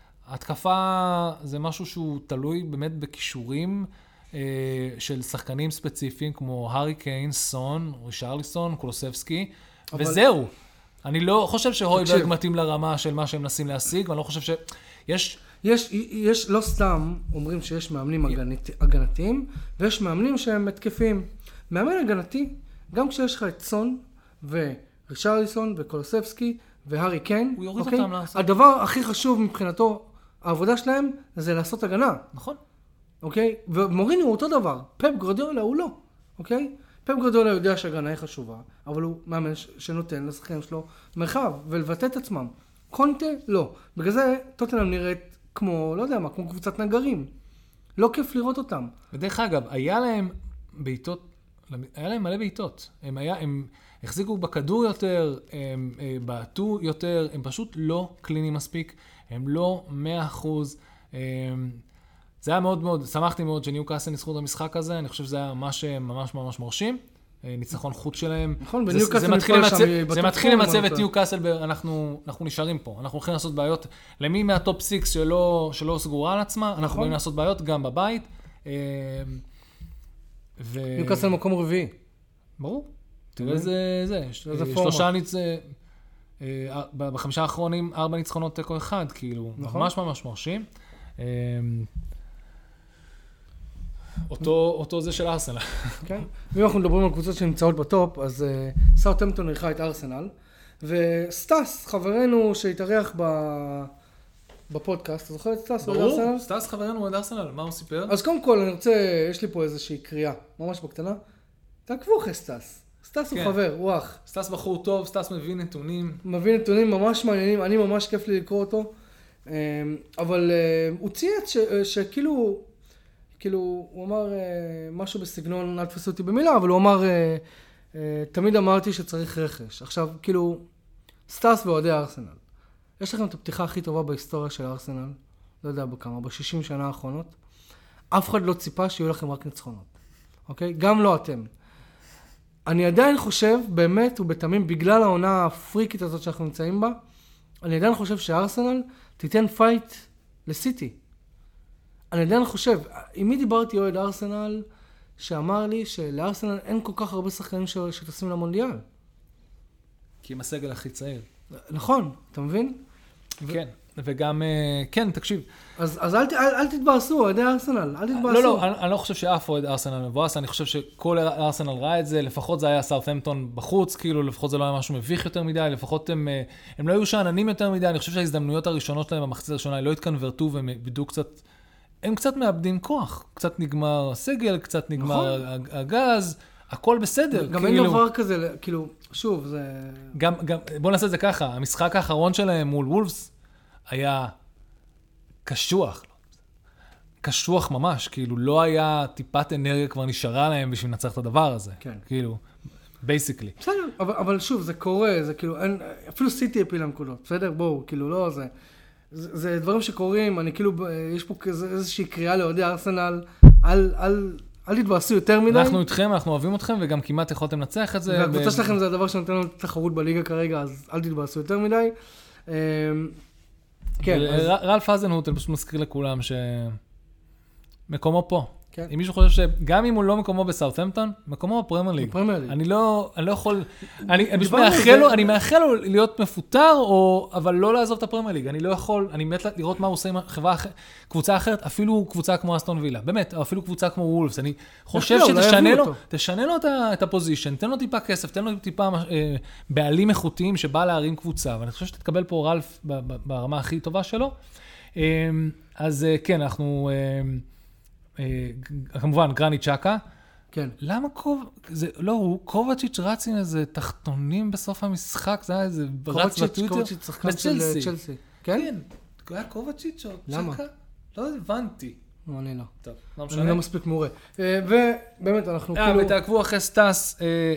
התקפה זה משהו שהוא תלוי באמת בכישורים של שחקנים ספציפיים, כמו הארי קיין, סון, רישרליסון, קולוסבסקי, וזהו. אני לא חושב שהויברג מתאים לרמה של מה שהם מנסים להשיג, ואני לא חושב שיש... יש לא סתם אומרים שיש מאמנים הגנתיים, ויש מאמנים שהם מתקפים. מאמן הגנתי, גם כשיש לך את סון ורישרליסון וקולוסבסקי והארי קיין, הוא יוריד אותם לעשות. הדבר הכי חשוב מבחינתו העבודה שלהם זה לעשות הגנה. נכון. אוקיי? ומוריניו הוא אותו דבר. פפ גוארדיולה הוא לא. אוקיי? פפ גוארדיולה יודע שהגנה היא חשובה, אבל הוא מאמן שנותן לשחקנים שלו מרחב ולבטא את עצמם. קונטה לא. בגלל זה טוטנהאם נראית כמו, לא יודע מה, כמו קבוצת נגרים. לא כיף לראות אותם. ודרך אגב, היה להם מלא בעיטות. הם החזיקו בכדור יותר, הם בעטו יותר, הם פשוט לא קלינים מספיק, הם לא 100%. זה היה מאוד מאוד, שמחתי מאוד שניוקאסל ניצחו את המשחק הזה, אני חושב שזה היה ממש ממש מרשים. ניצחון חוץ שלהם. נכון, בניוקאסל זה מתחיל למצב את ניוקאסל, אנחנו נשארים פה. אנחנו הולכים לעשות בעיות למי מהטופ 6 שלא סגורה על עצמה, אנחנו באים לעשות בעיות גם בבית. ניוקאסל מקום רביעי. ברור. תראה זה. שלושה ב5 האחרונים 4 ניצחונות תיקו אחד, כאילו, ממש מרשים. אותו זה של ארסנל. כן. ואם אנחנו מדברים על קבוצות שנמצאות בטופ, אז סאות'המפטון אירחה את ארסנל, וסטאס, חברנו שהתארח בפודקאסט, אתה זוכר את סטאס? ברור, סטאס חברנו אוהד ארסנל, מה הוא סיפר? אז קודם כל, אני רוצה, יש לי פה איזושהי קריאה, ממש בקטנה. תעקבו אחרי סטאס. סטאס הוא חבר, הוא אח. סטאס בחור טוב, סטאס מביא נתונים. מביא נתונים ממש מעניינים, אני ממש כיף לי לקרוא אותו. אבל הוא צייץ שכאילו, הוא אמר משהו בסגנון, אל תפסו אותי במילה, אבל הוא אמר, תמיד אמרתי שצריך רכש. עכשיו, כאילו, סטאס ואוהדי ארסנל. יש לכם את הפתיחה הכי טובה בהיסטוריה של ארסנל, לא יודע בכמה, ב-60 שנה האחרונות. אף אחד לא ציפה שיהיו לכם רק ניצחונות. אוקיי? גם לא אתם. אני עדיין חושב, באמת ובתמים, בגלל העונה הפריקית הזאת שאנחנו נמצאים בה, אני עדיין חושב שארסנל תיתן פייט לסיטי. אני עדיין חושב, עם מי דיברתי אוהד ארסנל, שאמר לי שלארסנל אין כל כך הרבה שחקנים שטסים למונדיאל. כי הם הסגל הכי צעיר. נכון, אתה מבין? כן, וגם, כן, תקשיב. אז אל תתבאסו, אוהדי ארסנל, אל תתבאסו. לא, אני לא חושב שאף אוהד ארסנל מבואס, אני חושב שכל ארסנל ראה את זה, לפחות זה היה סאות'המפטון בחוץ, כאילו לפחות זה לא היה משהו מביך יותר מדי, לפחות הם לא היו שעננים יותר מדי, אני חושב שההזדמנויות הראשונות שלהם, המחצית הראשונה, לא התקנברטו והם בידו קצת, הם קצת מאבדים כוח, קצת נגמר הסגל, קצת נגמר הגז, הכל בסדר. גם אין דבר כזה, כאילו, שוב, זה... גם, בוא נעשה את זה ככה, המשחק האחרון שלהם מול וולפס היה קשוח ממש, כאילו לא היה טיפת אנרגיה כבר נשארה להם בשביל לנצח את הדבר הזה. כן. כאילו, basically. בסדר, אבל שוב, זה קורה, זה כאילו, אפילו סיטי הפילה נקודות, בסדר? בואו, כאילו, לא זה. זה דברים שקורים, אני כאילו, יש פה איזושהי קריאה לאוהדי ארסנל, אל תתבאסו יותר מדי. אנחנו איתכם, אנחנו אוהבים אתכם, וגם כמעט יכולתם לנצח את זה. והקבוצה שלכם זה הדבר שנותן לנו תחרות בליגה כרגע, אז אל תתבאסו יותר מדי. כן. רלף האזנהוט, אני פשוט מזכיר לכולם שמקומו פה. כן. אם מישהו חושב שגם אם הוא לא מקומו בסאות'המפטון, מקומו בפרמייר ליג. אני לא יכול, אני מאחל לו להיות מפוטר, אבל לא לעזוב את הפרמייר ליג. אני לא יכול, אני מת לראות מה הוא עושה עם קבוצה אחרת, אפילו קבוצה כמו אסטון וילה. באמת, אפילו קבוצה כמו וולפס. אני חושב שתשנה לו את הפוזישן, תן לו טיפה כסף, תן לו טיפה בעלים איכותיים שבא להרים קבוצה. ואני חושב שתתקבל פה רלף ברמה הכי טובה שלו. אז כן, אנחנו... כמובן, גרניט צ'קה. כן. למה קובצ'יץ' רץ עם איזה תחתונים בסוף המשחק, זה היה איזה רץ בטוויטר. קובצ'יץ' שחקן של צ'לסי. כן? כן. היה קובצ'יץ' או צ'קה? למה? לא הבנתי. לא, אני לא. טוב, לא משנה. אני לא מספיק מורה. ובאמת, אנחנו כאילו... ותעקבו אחרי סטאס,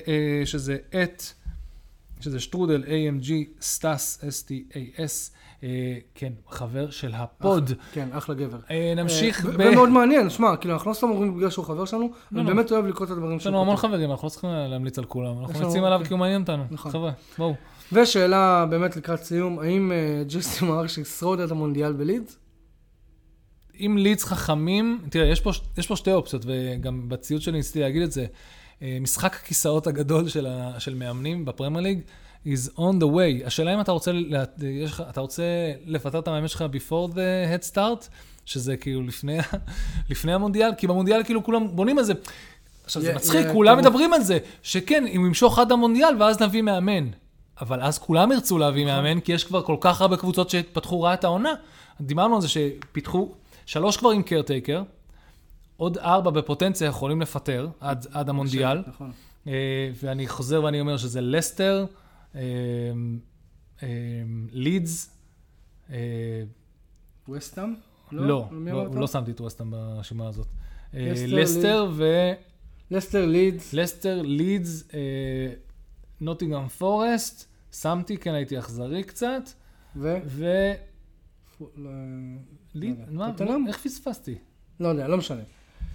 שזה שטרודל, AMG, סטאס, STAS. כן, חבר של הפוד. כן, אחלה גבר. נמשיך ומאוד מעניין, שמע, כאילו אנחנו לא סתם אומרים בגלל שהוא חבר שלנו, אני באמת אוהב לקרוא את הדברים שלנו. יש לנו המון חברים, אנחנו לא צריכים להמליץ על כולם, אנחנו נצאים עליו כי הוא מעניין אותנו. חבר'ה, בואו. ושאלה באמת לקראת סיום, האם ג'סי מרש ישרוד את המונדיאל בלידס? אם לידס חכמים, תראה, יש פה שתי אופציות, וגם בציוד שלי ניסיתי להגיד את זה, משחק הכיסאות הגדול של מאמנים בפרמייר ליג, is on the way. השאלה אם אתה רוצה לפטר את המאמן שלך before the head start, שזה כאילו לפני המונדיאל, כי במונדיאל כאילו כולם בונים על זה. עכשיו זה מצחיק, כולם מדברים על זה, שכן, אם ימשוך עד המונדיאל ואז נביא מאמן. אבל אז כולם ירצו להביא מאמן, כי יש כבר כל כך הרבה קבוצות שפתחו רע את העונה. דיברנו על זה שפיתחו 3 כבר עם קרטייקר, עוד 4 בפוטנציה יכולים לפטר עד המונדיאל. נכון. ואני חוזר ואני אומר שזה לסטר, לידס, ווסטהאם? לא שמתי את ווסטהאם ברשימה הזאת. לסטר, לידס, נוטינגהאם פורסט, שמתי, כן הייתי אכזרי קצת. איך פספסתי? לא יודע, לא משנה.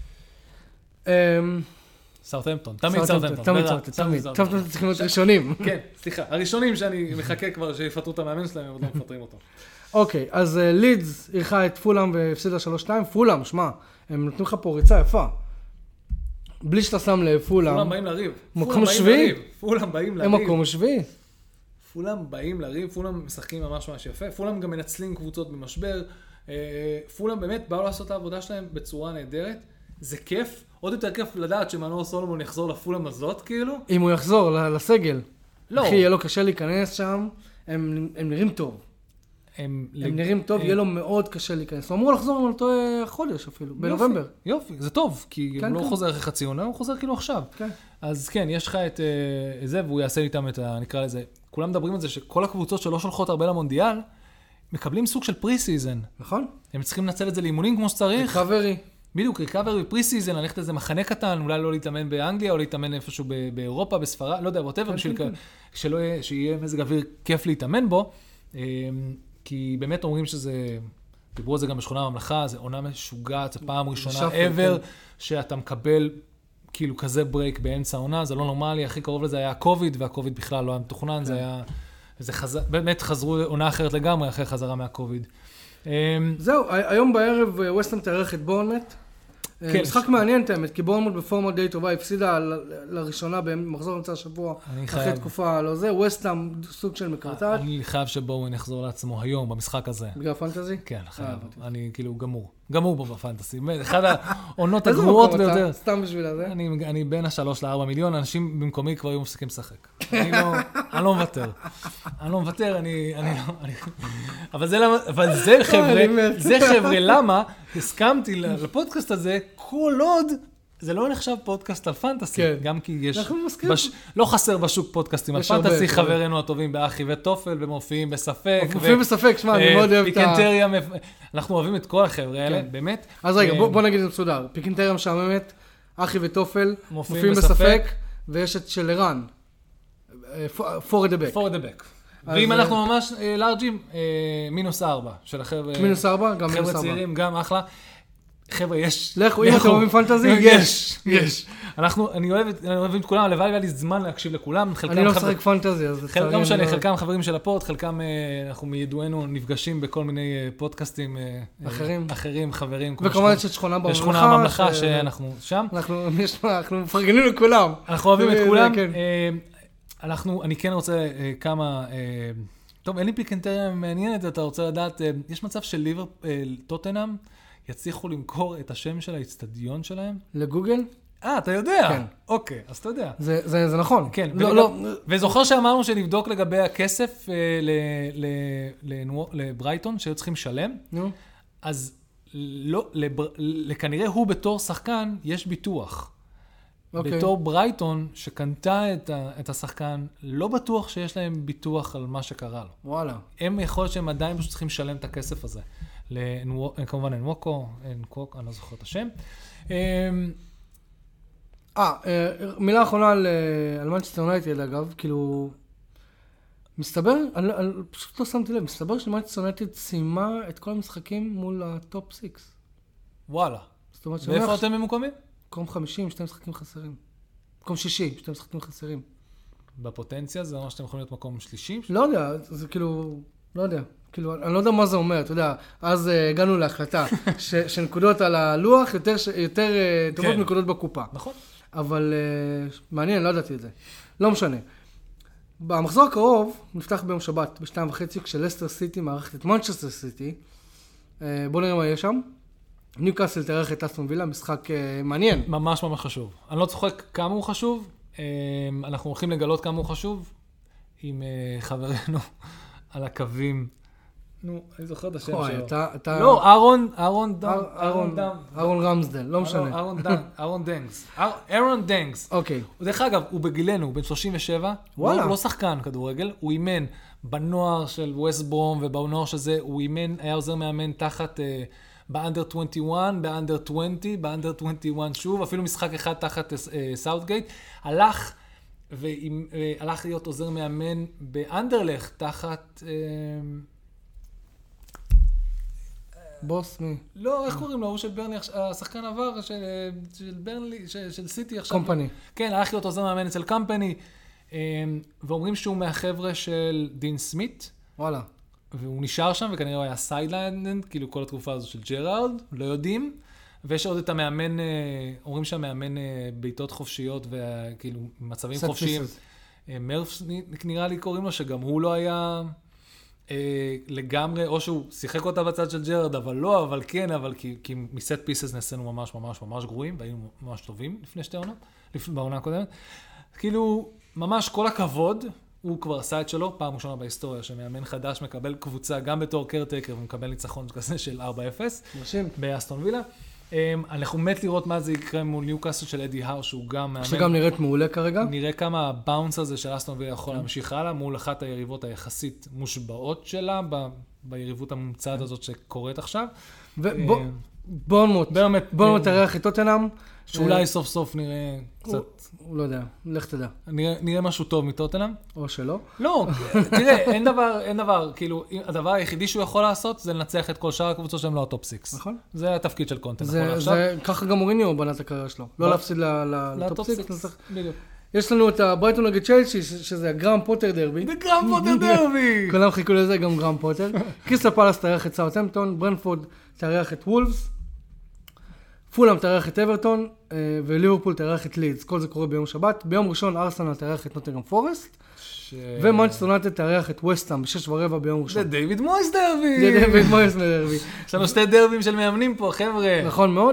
סאות'המפטון, תמיד סאות'המפטון. צריכים להיות ראשונים. כן, סליחה, הראשונים שאני מחכה כבר שיפטרו את המאמן שלהם, הם עוד לא מפטרים אותו. אוקיי, אז לידס אירחה את פולאם והפסידה 3-2. פולאם, שמע, הם נותנים לך פה ריצה יפה. בלי שאתה שם לפולאם. פולאם באים לריב. מקום שביעי. פולאם באים לריב. הם מקום שביעי. פולאם באים לריב, פולאם משחקים ממש יפה. פולאם גם מנצלים קבוצות במשבר. פולאם באמת באו לעשות את העבודה שלהם בצורה נהדרת. זה כיף. עוד יותר כיף לדעת שמנור סולומון יחזור לפולאם הזאת, כאילו. אם הוא יחזור לסגל. לא. אחי, יהיה לו קשה להיכנס שם. הם נראים טוב. הם נראים טוב, יהיה לו מאוד קשה להיכנס. הוא אמור לחזור על אותו חודש אפילו, בנובמבר. יופי, זה טוב, כי הוא לא חוזר אחרי חצי עונה, הוא חוזר כאילו עכשיו. אז כן, יש לך את זה, והוא יעשה איתם את נקרא לזה, כולם מדברים על זה שכל הקבוצות שלא שולחות הרבה למונדיאל, מקבלים סוג של פרי-סיזן. נכון. הם צריכים לנצל את זה לאימונים כמו שצריך. ריקאברי. בדיוק, ריקאברי ופרי-סיזן, ללכת איזה מחנה קטן, אולי לא להתאמן באנגליה, או להתאמן איפשהו באירופה, בספרד, לא יודע, whatever, שיהיה מזג אוויר כיף להתאמן בו. כי באמת אומרים שזה, דיברו על זה גם בשכונה הממלכה, זה עונה משוגעת, זה פעם ראשונה ever, שאתה מקבל כאילו כזה ברייק באמצע העונה, זה לא נורמלי, הכי קרוב לזה היה הקוביד, והקוביד בכלל לא היה מתוכנן, זה היה, באמת חזרו עונה אחרת לגמרי אחרי חזרה מהקוביד. זהו, היום בערב ווסטהאם תארח את בורנמוט. משחק מעניין תאמת, כי בורנמוט בפורמה די טובה, הפסידה לראשונה במחזור אמצע השבוע, אחרי תקופה לא זה, ווסטהאם סוג של מקרטעת. אני חייב שבואו נחזור לעצמו היום במשחק הזה. בגלל פנטזי? כן, חייב. אני כאילו גמור בו בפנטזי. אחד העונות הגרועות ביותר. סתם בשביל הזה? אני בין ה3-4 מיליון, אנשים במקומי כבר היו מפסיקים לשחק. אני לא מוותר. אבל זה חבר'ה, למה הסכמתי לפודקאסט הזה, כל עוד זה לא נחשב פודקאסט על פנטסי, גם כי יש, לא חסר בשוק פודקאסטים על פנטסי, חברינו הטובים באחי וטופל, ומופיעים בספק. מופיעים בספק, שמע, אני מאוד אוהב את פיקנטריה, אנחנו אוהבים את כל החבר'ה האלה, באמת. אז רגע, בוא נגיד את מסודר. פיקנטריה משעממת, אחי וטופל, מופיעים בספק, ויש את של ערן. for the back. ואם אנחנו ממש לארג'ים, -4 של החבר'ה. -4, גם -4. חבר'ה צעירים, גם אחלה. חבר'ה, יש. לכו, אם אתם אוהבים פנטזי, יש. אני אוהב את כולם, הלוואי והיה לי זמן להקשיב לכולם. אני לא משחק פנטזי, אז לא משנה, חלקם חברים של הפוד, חלקם אנחנו מידוענו נפגשים בכל מיני פודקאסטים אחרים, חברים. וכמובן יש את שכונה הממלכה, שאנחנו שם. אנחנו מפרגנים לכולם. אנחנו אוהבים את כולם. אני כן רוצה כמה, טוב, אין לי פיקנטריה מעניינת, אתה רוצה לדעת, יש מצב של טוטנהאם יצליחו למכור את השם של האצטדיון שלהם? לגוגל? אתה יודע? כן. אוקיי, אז אתה יודע. זה נכון. כן, וזוכר שאמרנו שנבדוק לגבי הכסף לברייטון, שהיו צריכים לשלם, אז כנראה הוא בתור שחקן יש ביטוח. בתור ברייטון, שקנתה את השחקן, לא בטוח שיש להם ביטוח על מה שקרה לו. וואלה. הם יכול להיות שהם עדיין פשוט צריכים לשלם את הכסף הזה. כמובן אנווקו, אני לא זוכר את השם. מילה אחרונה על מנצ'סטר יונייטד, אגב, כאילו, מסתבר, פשוט לא שמתי לב, מסתבר שמנצ'סטר יונייטד סיימה את כל המשחקים מול הטופ 6. וואלה. ואיפה אתם ממוקמים? מקום 50, 2 משחקים חסרים. מקום 60, 2 משחקים חסרים. בפוטנציה זה אומר שאתם יכולים להיות מקום שלישי? לא יודע, זה כאילו, לא יודע. כאילו, אני לא יודע מה זה אומר, אתה יודע, אז הגענו להחלטה שנקודות על הלוח יותר טובות מנקודות בקופה. נכון. אבל מעניין, לא ידעתי את זה. לא משנה. במחזור הקרוב נפתח ביום שבת, ב-2:30, כשלסטר סיטי מערכת את מנצ'סטר סיטי. בואו נראה מה יהיה שם. ניוקאסל תארח את אסטון וילה, משחק מעניין. ממש ממש חשוב. אני לא צוחק כמה הוא חשוב, אנחנו הולכים לגלות כמה הוא חשוב. עם חברנו על הקווים. נו, אני זוכר את השם שלו. אתה... לא, אהרון רמסדל, לא משנה. אהרון דנגס. אוקיי. דרך אגב, הוא בגילנו, הוא בן 37. וואלה. הוא לא שחקן כדורגל, הוא אימן בנוער של ווסט ברום ובנוער שזה, הוא אימן, היה עוזר מאמן תחת באנדר 21, באנדר 20, באנדר 21 שוב, אפילו משחק אחד תחת סאוטגייט. הלך להיות עוזר מאמן באנדרלכט תחת... בוס מי? לא, איך קוראים לו? הוא של ברני, השחקן עבר של ברנלי, של סיטי עכשיו. קומפני. כן, הלך להיות עוזר מאמן אצל קומפני, ואומרים שהוא מהחבר'ה של דין סמית. וואלה. והוא נשאר שם, וכנראה הוא היה סיידליינד, כאילו כל התקופה הזו של ג'רארד, לא יודעים. ויש עוד את המאמן, אומרים שהמאמן בעיטות חופשיות, וכאילו מצבים חופשיים. מרפס נראה לי קוראים לו, שגם הוא לא היה... לגמרי, או שהוא שיחק אותה בצד של ג'רארד, אבל לא, אבל כן, אבל כי מסט פיסס נעשינו ממש ממש ממש גרועים, והיינו ממש טובים לפני שתי עונות, בעונה הקודמת. כאילו, ממש כל הכבוד, הוא כבר עשה את שלו, פעם ראשונה בהיסטוריה, שמאמן חדש מקבל קבוצה, גם בתור קרטייקר, ומקבל ניצחון כזה של 4-0. באסטון וילה. אנחנו מת לראות מה זה יקרה מול ניוקאסל של אדי האו, שהוא גם מאמן. שגם נראית מעולה כרגע. נראה כמה הבאונס הזה של אסטון וילה יכול להמשיך הלאה, מול אחת היריבות היחסית מושבעות שלה, ביריבות המומצאת הזאת שקורית עכשיו. בורנמוט תארח את טוטנהאם. שאולי סוף סוף נראה קצת... לא יודע, לך תדע. נראה משהו טוב מטוטנהאם? או שלא. לא, תראה, אין דבר, כאילו, הדבר היחידי שהוא יכול לעשות זה לנצח את כל שאר הקבוצות שהם לא הטופ 6. נכון. זה התפקיד של קונטה, נכון עכשיו. ככה גם מוריניו בנה את הקריירה שלו. לא להפסיד לטופ 6. בדיוק. יש לנו את הברייטון נגד צ'לסי, שזה הגרם פוטר דרבי. זה גרם פוטר דרבי! כולם חיכו לזה, גם גרם פוטר. קריסטל פלאס תארח את סאות'המפטון, ברנפורד תארח את וולפס, פולאם תארח את אברטון, וליברפול תארח את לידס. כל זה קורה ביום שבת. ביום ראשון ארסנל תארח את נוטינגהאם פורסט, ומנצ'סטר יונייטד תארח את וסטהאם ב-6:15 ביום ראשון. זה דיוויד מויס דרבי! זה דיוויד מויס דרבי. יש לנו שתי דרבים של מאמנים פה, חבר'ה. נכון מאוד,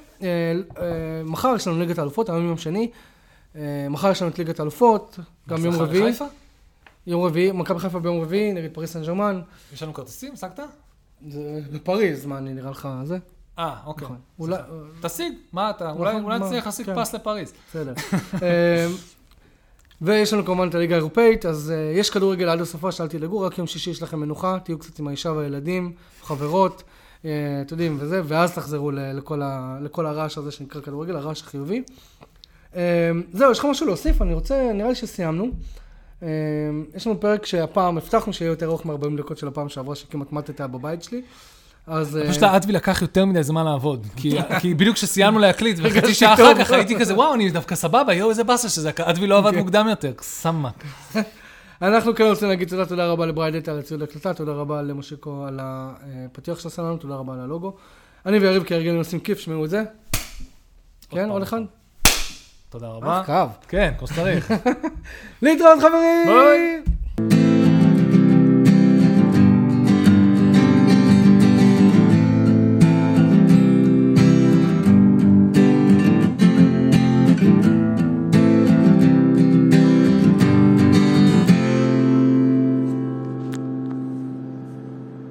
ומחר יש לנו ליגת האלופות, היום יום שני. מחר יש לנו את ליגת האלופות, גם יום רביעי. יום רביעי, מכבי חיפה ביום רביעי, נגד פריז סן ז'רמן. יש לנו כרטיסים, סגת? זה בפריז, מה אני נראה לך זה? אוקיי. תשיג, מה אתה? אולי נצליח להשיג פס לפריז. בסדר. ויש לנו כמובן את הליגה האירופאית, אז יש כדורגל עד הסופה, שאלתי לגור, רק יום שישי יש לכם מנוחה, תהיו קצת עם האישה והילדים, חברות, אתם יודעים, וזה, ואז תחזרו לכל הרעש הזה שנקרא כדורגל, הרעש החיובי. זהו, יש לך משהו להוסיף? נראה לי שסיימנו. יש לנו פרק שהפעם הבטחנו שיהיה יותר ארוך מ-40 דקות של הפעם שעברה, שכמעט מתתה בבית שלי. פשוט לאדווי לקח יותר מדי זמן לעבוד, כי בדיוק כשסיימנו להקליט, וחצי שעה אחר כך הייתי כזה, וואו, אני דווקא סבבה, יואו, איזה באסה שזה, אדווי לא עבד מוקדם יותר, סמק. אנחנו כן רוצים להגיד תודה רבה לבריידט על הציוד הקלטה, תודה רבה למושיקו על הפתיח שעשה לנו, תודה רבה על הלוגו. אני ויריב כהרגל עושים כיף, שמעו את זה. כן, עוד אחד? תודה רבה. קו. כן, כמו שצריך. להתראות חברים! ביי!